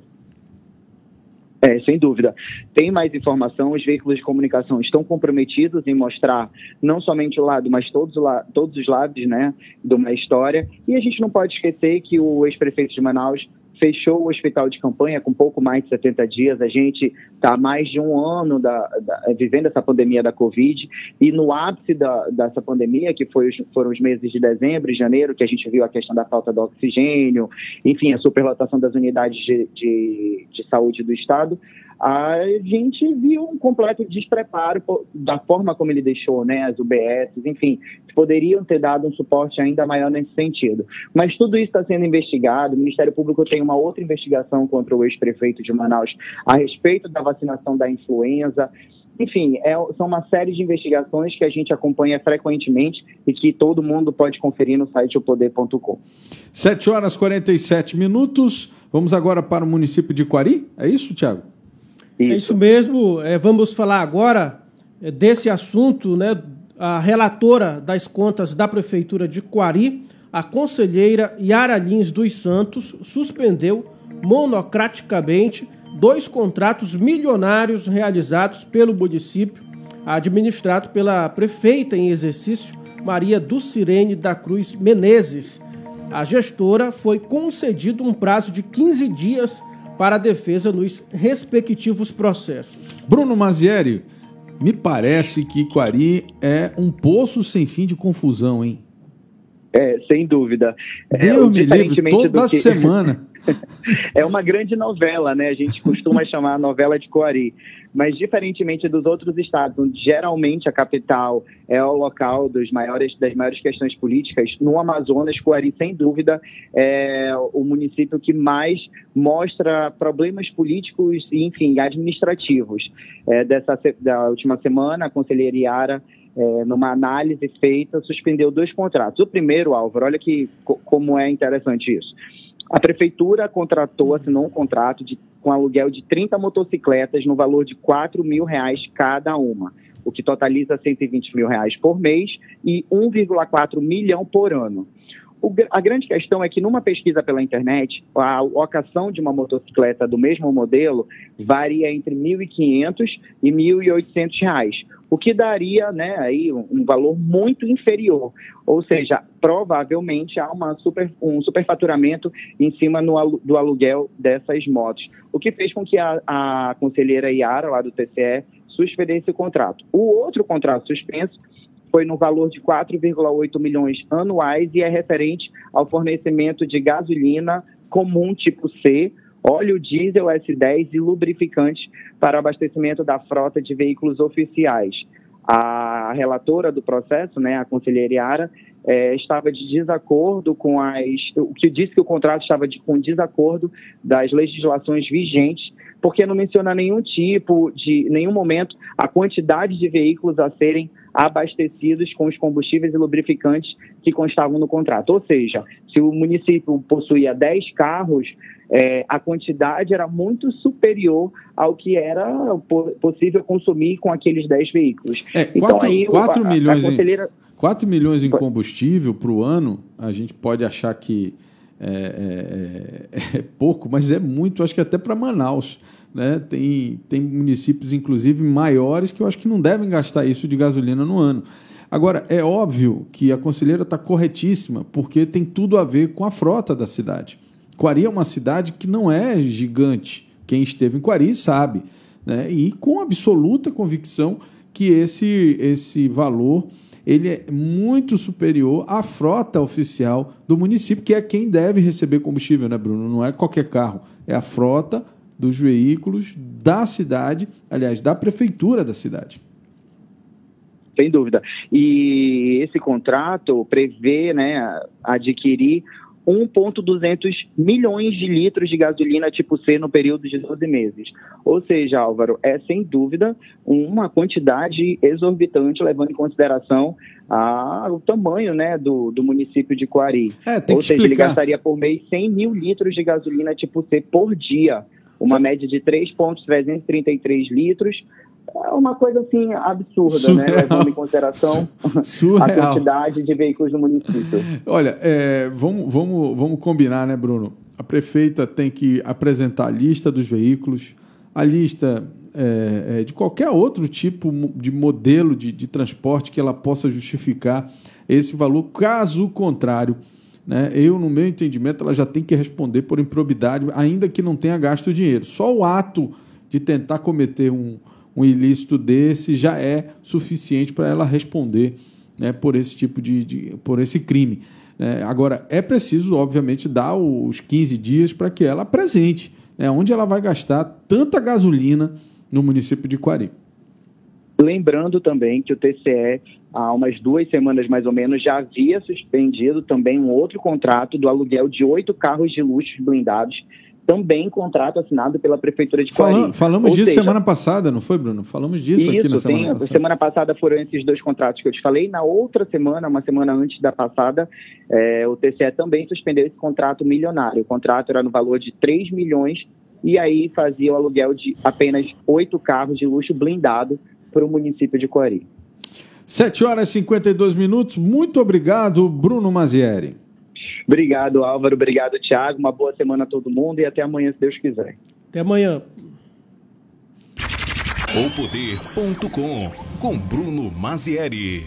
É, sem dúvida. Tem mais informação, os veículos de comunicação estão comprometidos em mostrar não somente o lado, mas todos, todos os lados, né, de uma história. E a gente não pode esquecer que o ex-prefeito de Manaus fechou o hospital de campanha com pouco mais de setenta dias, a gente está há mais de um ano da, da, vivendo essa pandemia da Covid, e no ápice da, dessa pandemia, que foi, foram os meses de dezembro e janeiro, que a gente viu a questão da falta de oxigênio, enfim, a superlotação das unidades de, de, de saúde do Estado, a gente viu um completo despreparo da forma como ele deixou, né, as U B S, enfim, poderiam ter dado um suporte ainda maior nesse sentido. Mas tudo isso está sendo investigado, o Ministério Público tem uma outra investigação contra o ex-prefeito de Manaus a respeito da vacinação da influenza. Enfim, é, são uma série de investigações que a gente acompanha frequentemente e que todo mundo pode conferir no site o poder ponto com. sete horas e quarenta e sete minutos, vamos agora para o município de Quari, é isso, Tiago? Isso. É isso mesmo. É, vamos falar agora é, desse assunto, né? A relatora das contas da Prefeitura de Quari, a conselheira Yara Lins dos Santos, suspendeu monocraticamente dois contratos milionários realizados pelo município, administrado pela prefeita em exercício, Maria Dulcirene da Cruz Menezes. A gestora foi concedido um prazo de quinze dias para a defesa nos respectivos processos. Bruno Mazieri, me parece que Quari é um poço sem fim de confusão, hein? É, sem dúvida. Deus é, me livre, toda que... semana. É uma grande novela, né? A gente costuma chamar a novela de Quari. Mas, diferentemente dos outros estados, onde geralmente a capital é o local dos maiores, das maiores questões políticas, no Amazonas, Quari, sem dúvida, é o município que mais mostra problemas políticos e, enfim, administrativos. É, dessa, da última semana, a conselheira Yara, é, numa análise feita, suspendeu dois contratos. O primeiro, Álvaro, olha que, como é interessante isso. A prefeitura contratou, assinou um contrato de, com aluguel de trinta motocicletas no valor de quatro mil reais cada uma, o que totaliza cento e vinte mil reais por mês e um vírgula quatro milhão por ano. O, a grande questão é que numa pesquisa pela internet, a locação de uma motocicleta do mesmo modelo varia entre mil e quinhentos e mil e oitocentos reais, o que daria, né, aí um, um valor muito inferior. Ou seja, provavelmente há uma super, um superfaturamento em cima no, do aluguel dessas motos, o que fez com que a, a conselheira Yara, lá do T C E, suspendesse o contrato. O outro contrato suspenso foi no valor de quatro vírgula oito milhões anuais e é referente ao fornecimento de gasolina comum tipo C, óleo diesel S dez e lubrificantes para abastecimento da frota de veículos oficiais. A relatora do processo, né, a conselheira Yara, é, estava de desacordo com as... O que disse que o contrato estava de, com desacordo das legislações vigentes, porque não menciona nenhum tipo de, nenhum momento, a quantidade de veículos a serem abastecidos com os combustíveis e lubrificantes que constavam no contrato. Ou seja, se o município possuía dez carros, é, a quantidade era muito superior ao que era possível consumir com aqueles dez veículos. É, quatro, então, aí, quatro, a, milhões, a conselheira... em, quatro milhões em combustível para o ano, a gente pode achar que é, é, é pouco, mas é muito, acho que até para Manaus. Né? Tem, tem municípios, inclusive, maiores que eu acho que não devem gastar isso de gasolina no ano. Agora, é óbvio que a conselheira está corretíssima, porque tem tudo a ver com a frota da cidade. Quari é uma cidade que não é gigante. Quem esteve em Quari sabe. Né? E com absoluta convicção que esse, esse valor ele é muito superior à frota oficial do município, que é quem deve receber combustível, né, Bruno? Não é qualquer carro, é a frota dos veículos da cidade, aliás, da prefeitura da cidade. Sem dúvida. E esse contrato prevê, né, adquirir um vírgula duzentos milhões de litros de gasolina tipo C no período de doze meses. Ou seja, Álvaro, é sem dúvida uma quantidade exorbitante, levando em consideração a, o tamanho, né, do, do município de Quari. É, tem Ou que seja, explicar. Ele gastaria por mês cem mil litros de gasolina tipo C por dia. Uma Sim. média de três vírgula trezentos e trinta e três litros. É uma coisa assim absurda, Surreal. né? Levando em consideração Surreal. a quantidade de veículos no município. Olha, é, vamos, vamos, vamos combinar, né, Bruno? A prefeita tem que apresentar a lista dos veículos, a lista é, é, de qualquer outro tipo de modelo de, de transporte que ela possa justificar esse valor. Caso contrário, né? Eu, no meu entendimento, ela já tem que responder por improbidade, ainda que não tenha gasto dinheiro. Só o ato de tentar cometer um, um ilícito desse já é suficiente para ela responder, né, por esse tipo de, de por esse crime. É, agora, é preciso, obviamente, dar os quinze dias para que ela apresente, né, onde ela vai gastar tanta gasolina no município de Quari. Lembrando também que o T C E, há umas duas semanas mais ou menos, já havia suspendido também um outro contrato do aluguel de oito carros de luxo blindados, também contrato assinado pela Prefeitura de Quari. Falamos, falamos Ou disso seja, semana passada, não foi, Bruno? Falamos disso isso, aqui na semana tem, passada. Semana passada foram esses dois contratos que eu te falei. Na outra semana, uma semana antes da passada, é, o T C E também suspendeu esse contrato milionário. O contrato era no valor de três milhões e aí fazia o aluguel de apenas oito carros de luxo blindado para o município de Quari. sete horas e cinquenta e dois minutos. Muito obrigado, Bruno Mazieri. Obrigado, Álvaro. Obrigado, Thiago. Uma boa semana a todo mundo e até amanhã, se Deus quiser. Até amanhã. O poder ponto com, com Bruno Mazieri.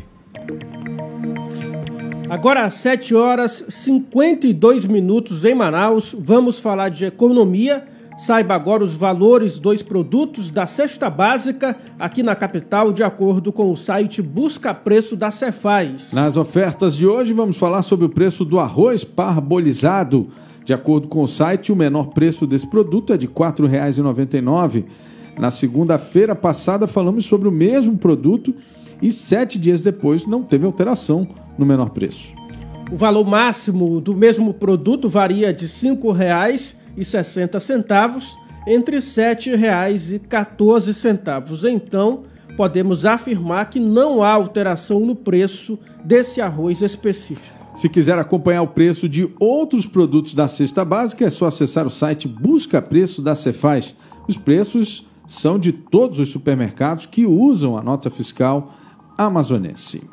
Agora às sete horas e cinquenta e dois minutos em Manaus, vamos falar de economia. Saiba agora os valores dos produtos da cesta básica aqui na capital, de acordo com o site Busca Preço da Cefaz. Nas ofertas de hoje, vamos falar sobre o preço do arroz parbolizado. De acordo com o site, o menor preço desse produto é de quatro reais e noventa e nove centavos. Na segunda-feira passada, falamos sobre o mesmo produto e sete dias depois não teve alteração no menor preço. O valor máximo do mesmo produto varia de cinco reais e sessenta centavos entre sete reais e quatorze centavos. Então, podemos afirmar que não há alteração no preço desse arroz específico. Se quiser acompanhar o preço de outros produtos da cesta básica, é só acessar o site Busca Preço da Cefaz. Os preços são de todos os supermercados que usam a nota fiscal amazonense.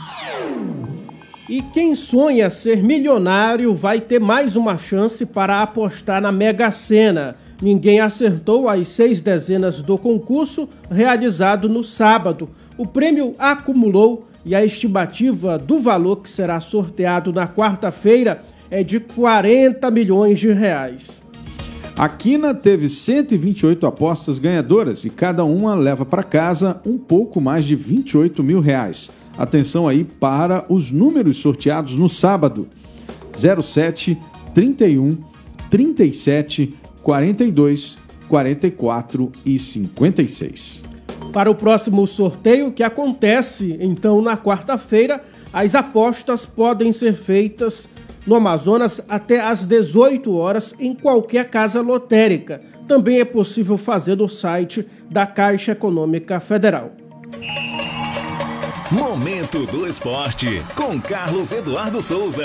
E quem sonha ser milionário vai ter mais uma chance para apostar na Mega Sena. Ninguém acertou as seis dezenas do concurso realizado no sábado. O prêmio acumulou e a estimativa do valor que será sorteado na quarta-feira é de quarenta milhões de reais. A Quina teve cento e vinte e oito apostas ganhadoras e cada uma leva para casa um pouco mais de vinte e oito mil reais. Atenção aí para os números sorteados no sábado: zero sete, trinta e um, trinta e sete, quarenta e dois, quarenta e quatro e cinquenta e seis. Para o próximo sorteio, que acontece então na quarta-feira, as apostas podem ser feitas no Amazonas até às dezoito horas em qualquer casa lotérica. Também é possível fazer no site da Caixa Econômica Federal. Momento do Esporte, com Carlos Eduardo Souza.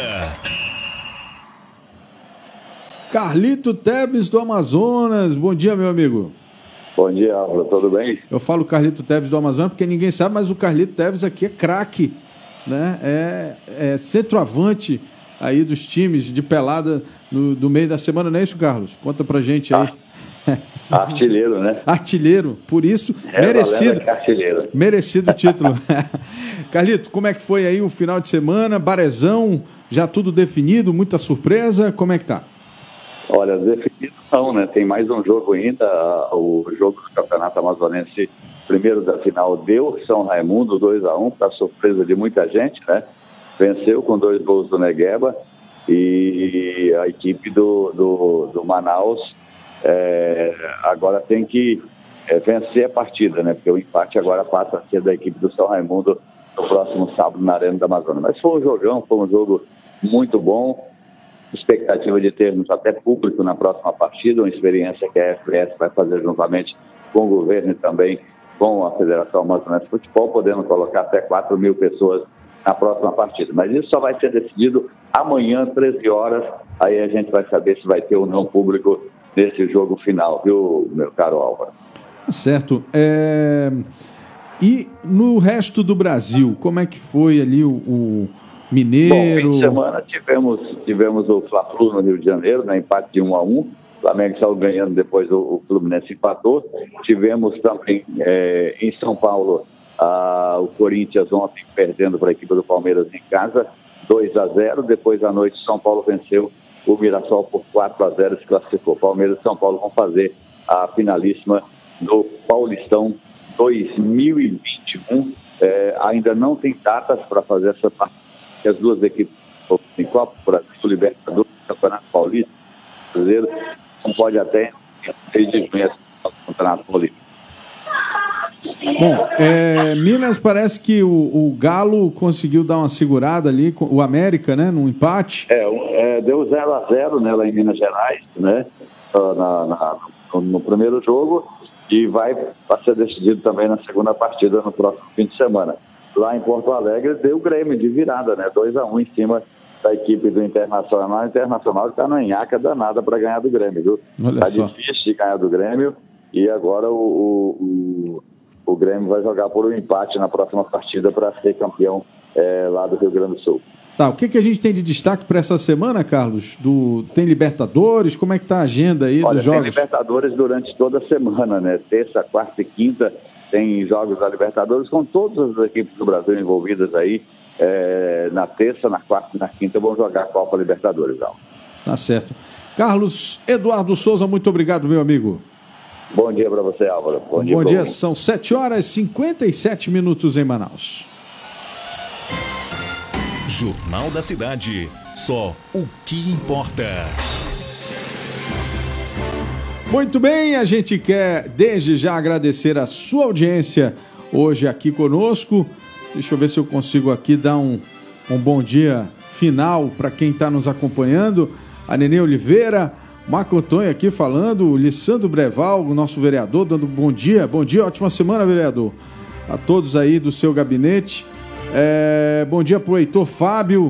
Carlito Teves do Amazonas. Bom dia, meu amigo. Bom dia, Álvaro. Tudo bem? Eu falo Carlito Teves do Amazonas porque ninguém sabe, mas o Carlito Teves aqui é craque, né? É, é centroavante aí dos times de pelada no, do meio da semana, não é isso, Carlos? Conta pra gente aí. Artilheiro, né? Artilheiro, por isso, é, merecido. Artilheiro. Merecido o título. Carlito, como é que foi aí o final de semana? Barezão, já tudo definido, muita surpresa, como é que tá? Olha, definido não, né? Tem mais um jogo ainda, o jogo do Campeonato Amazonense, primeiro da final, deu São Raimundo dois a um, para surpresa de muita gente, né? Venceu com dois gols do Negueba e a equipe do, do, do Manaus é, agora tem que é, vencer a partida, né? Porque o empate agora passa a ser da equipe do São Raimundo no próximo sábado na Arena da Amazônia. Mas foi um jogão, foi um jogo muito bom. Expectativa de termos até público na próxima partida, uma experiência que a F P S vai fazer juntamente com o governo e também com a Federação Amazonense de Futebol, podendo colocar até quatro mil pessoas na próxima partida. Mas isso só vai ser decidido amanhã, treze horas, aí a gente vai saber se vai ter ou não público nesse jogo final, viu, meu caro Álvaro? Certo. É... E no resto do Brasil, como é que foi ali o... o... Mineiro. Bom, fim de semana tivemos, tivemos o Fla-Flu no Rio de Janeiro, né, empate de um a um. O Flamengo saiu ganhando, depois o, o Fluminense empatou. Tivemos também é, em São Paulo a, o Corinthians ontem perdendo para a equipe do Palmeiras em casa, dois a zero. Depois à noite, São Paulo venceu o Mirassol por quatro a zero e se classificou. Palmeiras e São Paulo vão fazer a finalíssima do Paulistão dois mil e vinte e um. É, ainda não tem datas para fazer essa parte. As duas equipes em Copa, Brasil, Libertadores, Campeonato Paulista, Brasileiro, não pode até seis de junho o Campeonato Paulista. Bom, é, Minas parece que o, o Galo conseguiu dar uma segurada ali, com o América, né, num empate. É, é, deu zero a zero, né, lá em Minas Gerais, né, na, na, no, no primeiro jogo, e vai ser decidido também na segunda partida no próximo fim de semana. Lá em Porto Alegre deu o Grêmio de virada, né, dois a um em cima da equipe do Internacional. O Internacional está na nhaca danada para ganhar do Grêmio, viu? Está difícil de ganhar do Grêmio, e agora o, o, o, o Grêmio vai jogar por um empate na próxima partida para ser campeão é, lá do Rio Grande do Sul. Tá, o que, que a gente tem de destaque para essa semana, Carlos? Do, tem Libertadores? Como é que está a agenda aí? Olha, dos jogos? Tem Libertadores durante toda a semana, né? Terça, quarta e quinta tem jogos da Libertadores com todas as equipes do Brasil envolvidas aí. É, na terça, na quarta e na quinta vão jogar a Copa Libertadores. Não. Tá certo. Carlos Eduardo Souza, muito obrigado, meu amigo. Bom dia para você, Álvaro. Bom, Bom dia, dia, dia. São sete horas e cinquenta e sete minutos em Manaus. Jornal da Cidade. Só o que importa. Muito bem, a gente quer desde já agradecer a sua audiência hoje aqui conosco. Deixa eu ver se eu consigo aqui dar um, um bom dia final para quem está nos acompanhando. A Nenê Oliveira, Marco Antônio aqui falando, o Lissandro Breval, o nosso vereador, dando bom dia. Bom dia, ótima semana, vereador. A todos aí do seu gabinete. É, bom dia para o Heitor Fábio.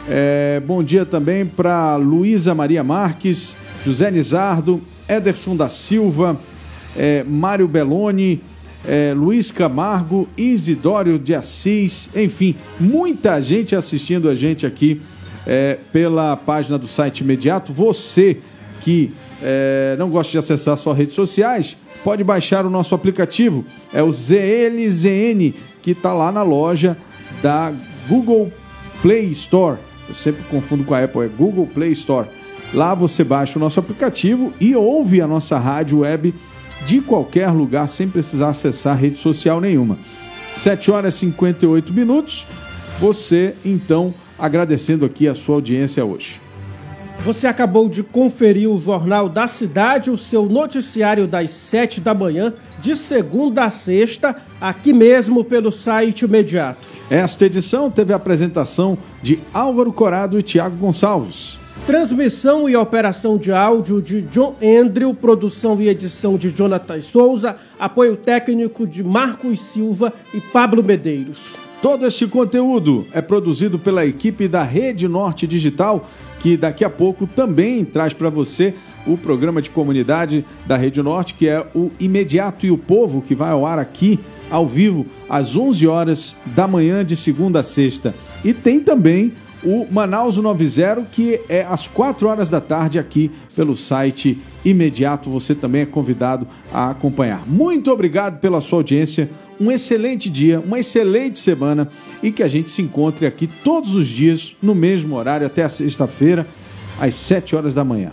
É, bom dia também para Luísa Maria Marques, José Nizardo, Ederson da Silva, é, Mário Belloni, é, Luiz Camargo, Isidório de Assis, enfim, muita gente assistindo a gente aqui é, pela página do site Imediato. Você que é, não gosta de acessar só redes sociais, pode baixar o nosso aplicativo, é o Z L Z N, que está lá na loja da Google Play Store. Eu sempre confundo com a Apple, é Google Play Store. Lá você baixa o nosso aplicativo e ouve a nossa rádio web de qualquer lugar, sem precisar acessar rede social nenhuma. sete horas e cinquenta e oito minutos. Você, então, agradecendo aqui a sua audiência hoje. Você acabou de conferir o Jornal da Cidade, o seu noticiário das sete da manhã, de segunda a sexta, aqui mesmo pelo site Imediato. Esta edição teve a apresentação de Álvaro Corado e Tiago Gonçalves. Transmissão e operação de áudio de John Andrew, produção e edição de Jonathan Souza, apoio técnico de Marcos Silva e Pablo Medeiros. Todo este conteúdo é produzido pela equipe da Rede Norte Digital, que daqui a pouco também traz para você o programa de comunidade da Rede Norte, que é o Imediato e o Povo, que vai ao ar aqui, ao vivo, às onze horas da manhã, de segunda a sexta. E tem também o Manaus noventa, que é às quatro horas da tarde aqui pelo site Imediato. Você também é convidado a acompanhar. Muito obrigado pela sua audiência, um excelente dia, uma excelente semana e que a gente se encontre aqui todos os dias no mesmo horário até a sexta-feira, às sete horas da manhã.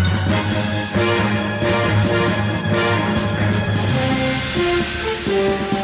Música